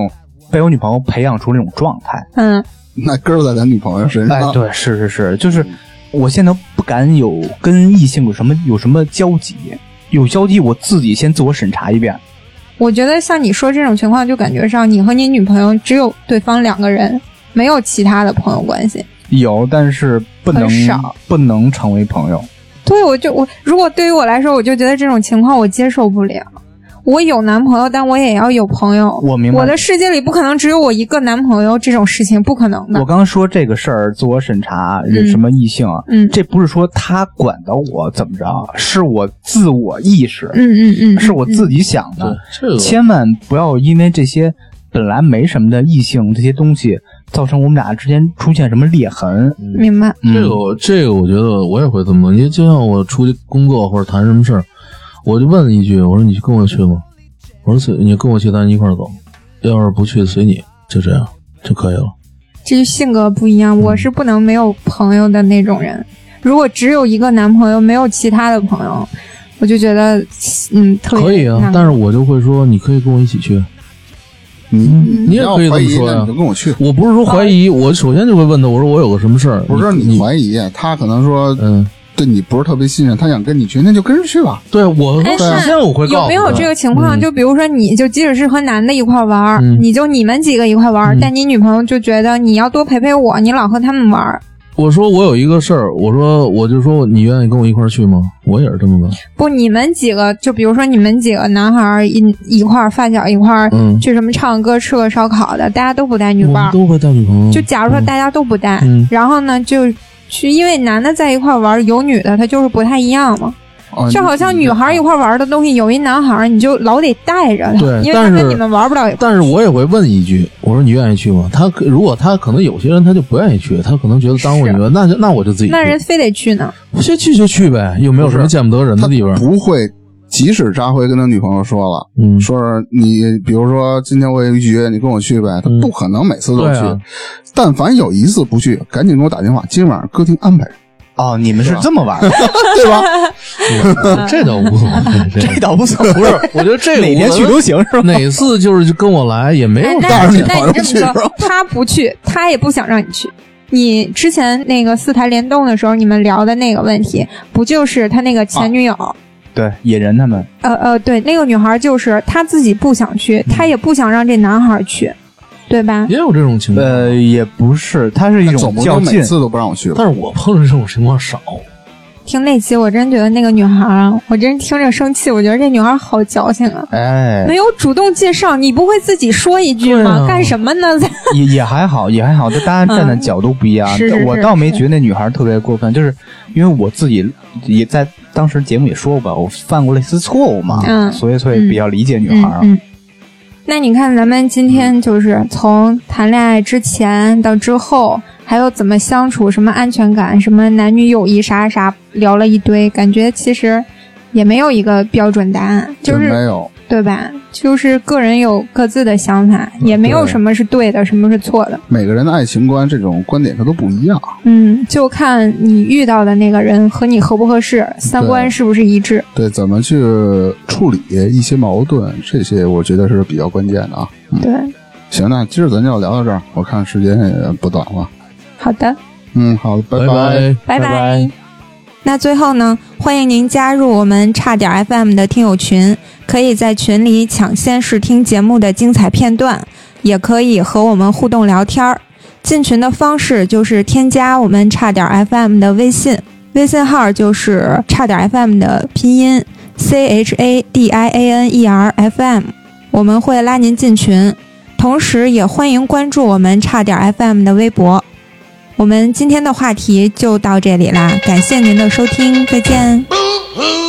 被我女朋友培养出那种状态。 嗯， 那根儿在咱女朋友身上。 哎，对，是是是，就是我现在不敢有跟异性有什么有什么交集，有交集我自己先自我审查一遍。 我觉得像你说这种情况，就感觉上你和你女朋友只有对方两个人，没有其他的朋友关系。 有，但是不能不能成为朋友。 对，我就我如果对于我来说，我就觉得这种情况我接受不了。我有男朋友，但我也要有朋友。 我明白， 我的世界里不可能只有我一个男朋友，这种事情不可能的。 我刚刚说这个事儿，自我审查， 嗯、 什么异性， 嗯， 这不是说他管到我怎么着，是我自我意识， 嗯嗯嗯， 是我自己想的。 嗯、这个千万不要因为这些本来没什么的异性这些东西，造成我们俩之间出现什么裂痕。 嗯、明白？ 这个这个，我觉得我也会这么做。你就像我出去工作或者谈什么事儿，我就问一句，我说你跟我去吗？我说你跟我去，咱一块儿走。要是不去，随你，就这样就可以了。 这是性格不一样，我是不能没有朋友的那种人。如果只有一个男朋友，没有其他的朋友，我就觉得嗯特别可以啊。但是我就会说，你可以跟我一起去。 嗯， 你也可以这么说呀、啊。 你就跟我去。 我不是说怀疑，我首先就会问他，我说我有个什么事儿。 不是你怀疑，他可能说嗯。对你不是特别信任，他想跟你去，那就跟着去吧。 对我首先我会告诉有没有这个情况、嗯、就比如说你就即使是和男的一块玩、嗯、你就你们几个一块玩、嗯、但你女朋友就觉得你要多陪陪我，你老和他们玩。 我说我有一个事儿，我说我就说你愿意跟我一块去吗？我也是这么问。 不，你们几个就比如说你们几个男孩一一块发小一块、嗯、去什么唱歌吃个烧烤的，大家都不带女伴， 都会带女朋友。 就假如说大家都不带、 嗯、 然后呢就去，因为男的在一块玩，有女的，他就是不太一样嘛。哦、就好像女孩一块玩的东西，有一男孩，你就老得带着他， 对， 因为他跟你们玩不了。 但是我也会问一句，我说你愿意去吗？他如果他可能有些人他就不愿意去，他可能觉得耽误你们，那就那我就自己去。 那人非得去呢？ 先去就去呗，又没有什么见不得人的地方。 不会。即使扎辉跟他女朋友说了， 嗯， 说是你，比如说今天我有一局，你跟我去呗，他不可能每次都去。 嗯啊、 但凡有一次不去，赶紧给我打电话，今晚上歌厅安排。 哦，你们是这么玩的， 对吧？ 这倒无所谓， 这倒无所谓。 不是，我觉得这个哪天去都行，是吧？ 哪次就是跟我来也没有带着女朋友去。他不去，他也不想让你去。你之前那个四台联动的时候，你们聊的那个问题，不就是他那个前女友？啊对，野人他们， 呃呃，对，那个女孩就是她自己不想去，她、嗯、也不想让这男孩去，对吧？ 也有这种情况， 呃，也不是，他是一种较劲， 每次都不让我去， 但是我碰上这种情况少。 听那期，我真觉得那个女孩啊，我真听着生气，我觉得这女孩好矫情啊！ 哎， 没有主动介绍，你不会自己说一句吗？啊、干什么呢？ 也也还好，也还好，就大家站的角度不一样。 嗯、是是是我倒没觉得那女孩特别过分，就是因为我自己也在当时节目也说过吧，我犯过类似错误嘛， 嗯， 所以所以比较理解女孩啊。 嗯嗯嗯那你看，咱们今天就是从谈恋爱之前到之后，还有怎么相处，什么安全感，什么男女友谊，啥啥聊了一堆，感觉其实也没有一个标准答案，就是没有， 对吧？就是个人有各自的想法，也没有什么是对的，什么是错的。 每个人的爱情观这种观点它都不一样。 嗯，就看你遇到的那个人和你合不合适，三观是不是一致。 对，对怎么去处理一些矛盾，这些我觉得是比较关键的啊。嗯、 对， 行，那今儿咱就聊到这儿，我看时间也不短了。 好的， 嗯，好，拜拜， 拜拜。拜拜。那最后呢，欢迎您加入我们差点 F M 的听友群，可以在群里抢先试听节目的精彩片段，也可以和我们互动聊天。进群的方式就是添加我们差点 F M 的微信，微信号就是差点 F M 的拼音 C H A D I A N E R F M， 我们会拉您进群，同时也欢迎关注我们差点 F M 的微博。我们今天的话题就到这里啦，感谢您的收听，再见。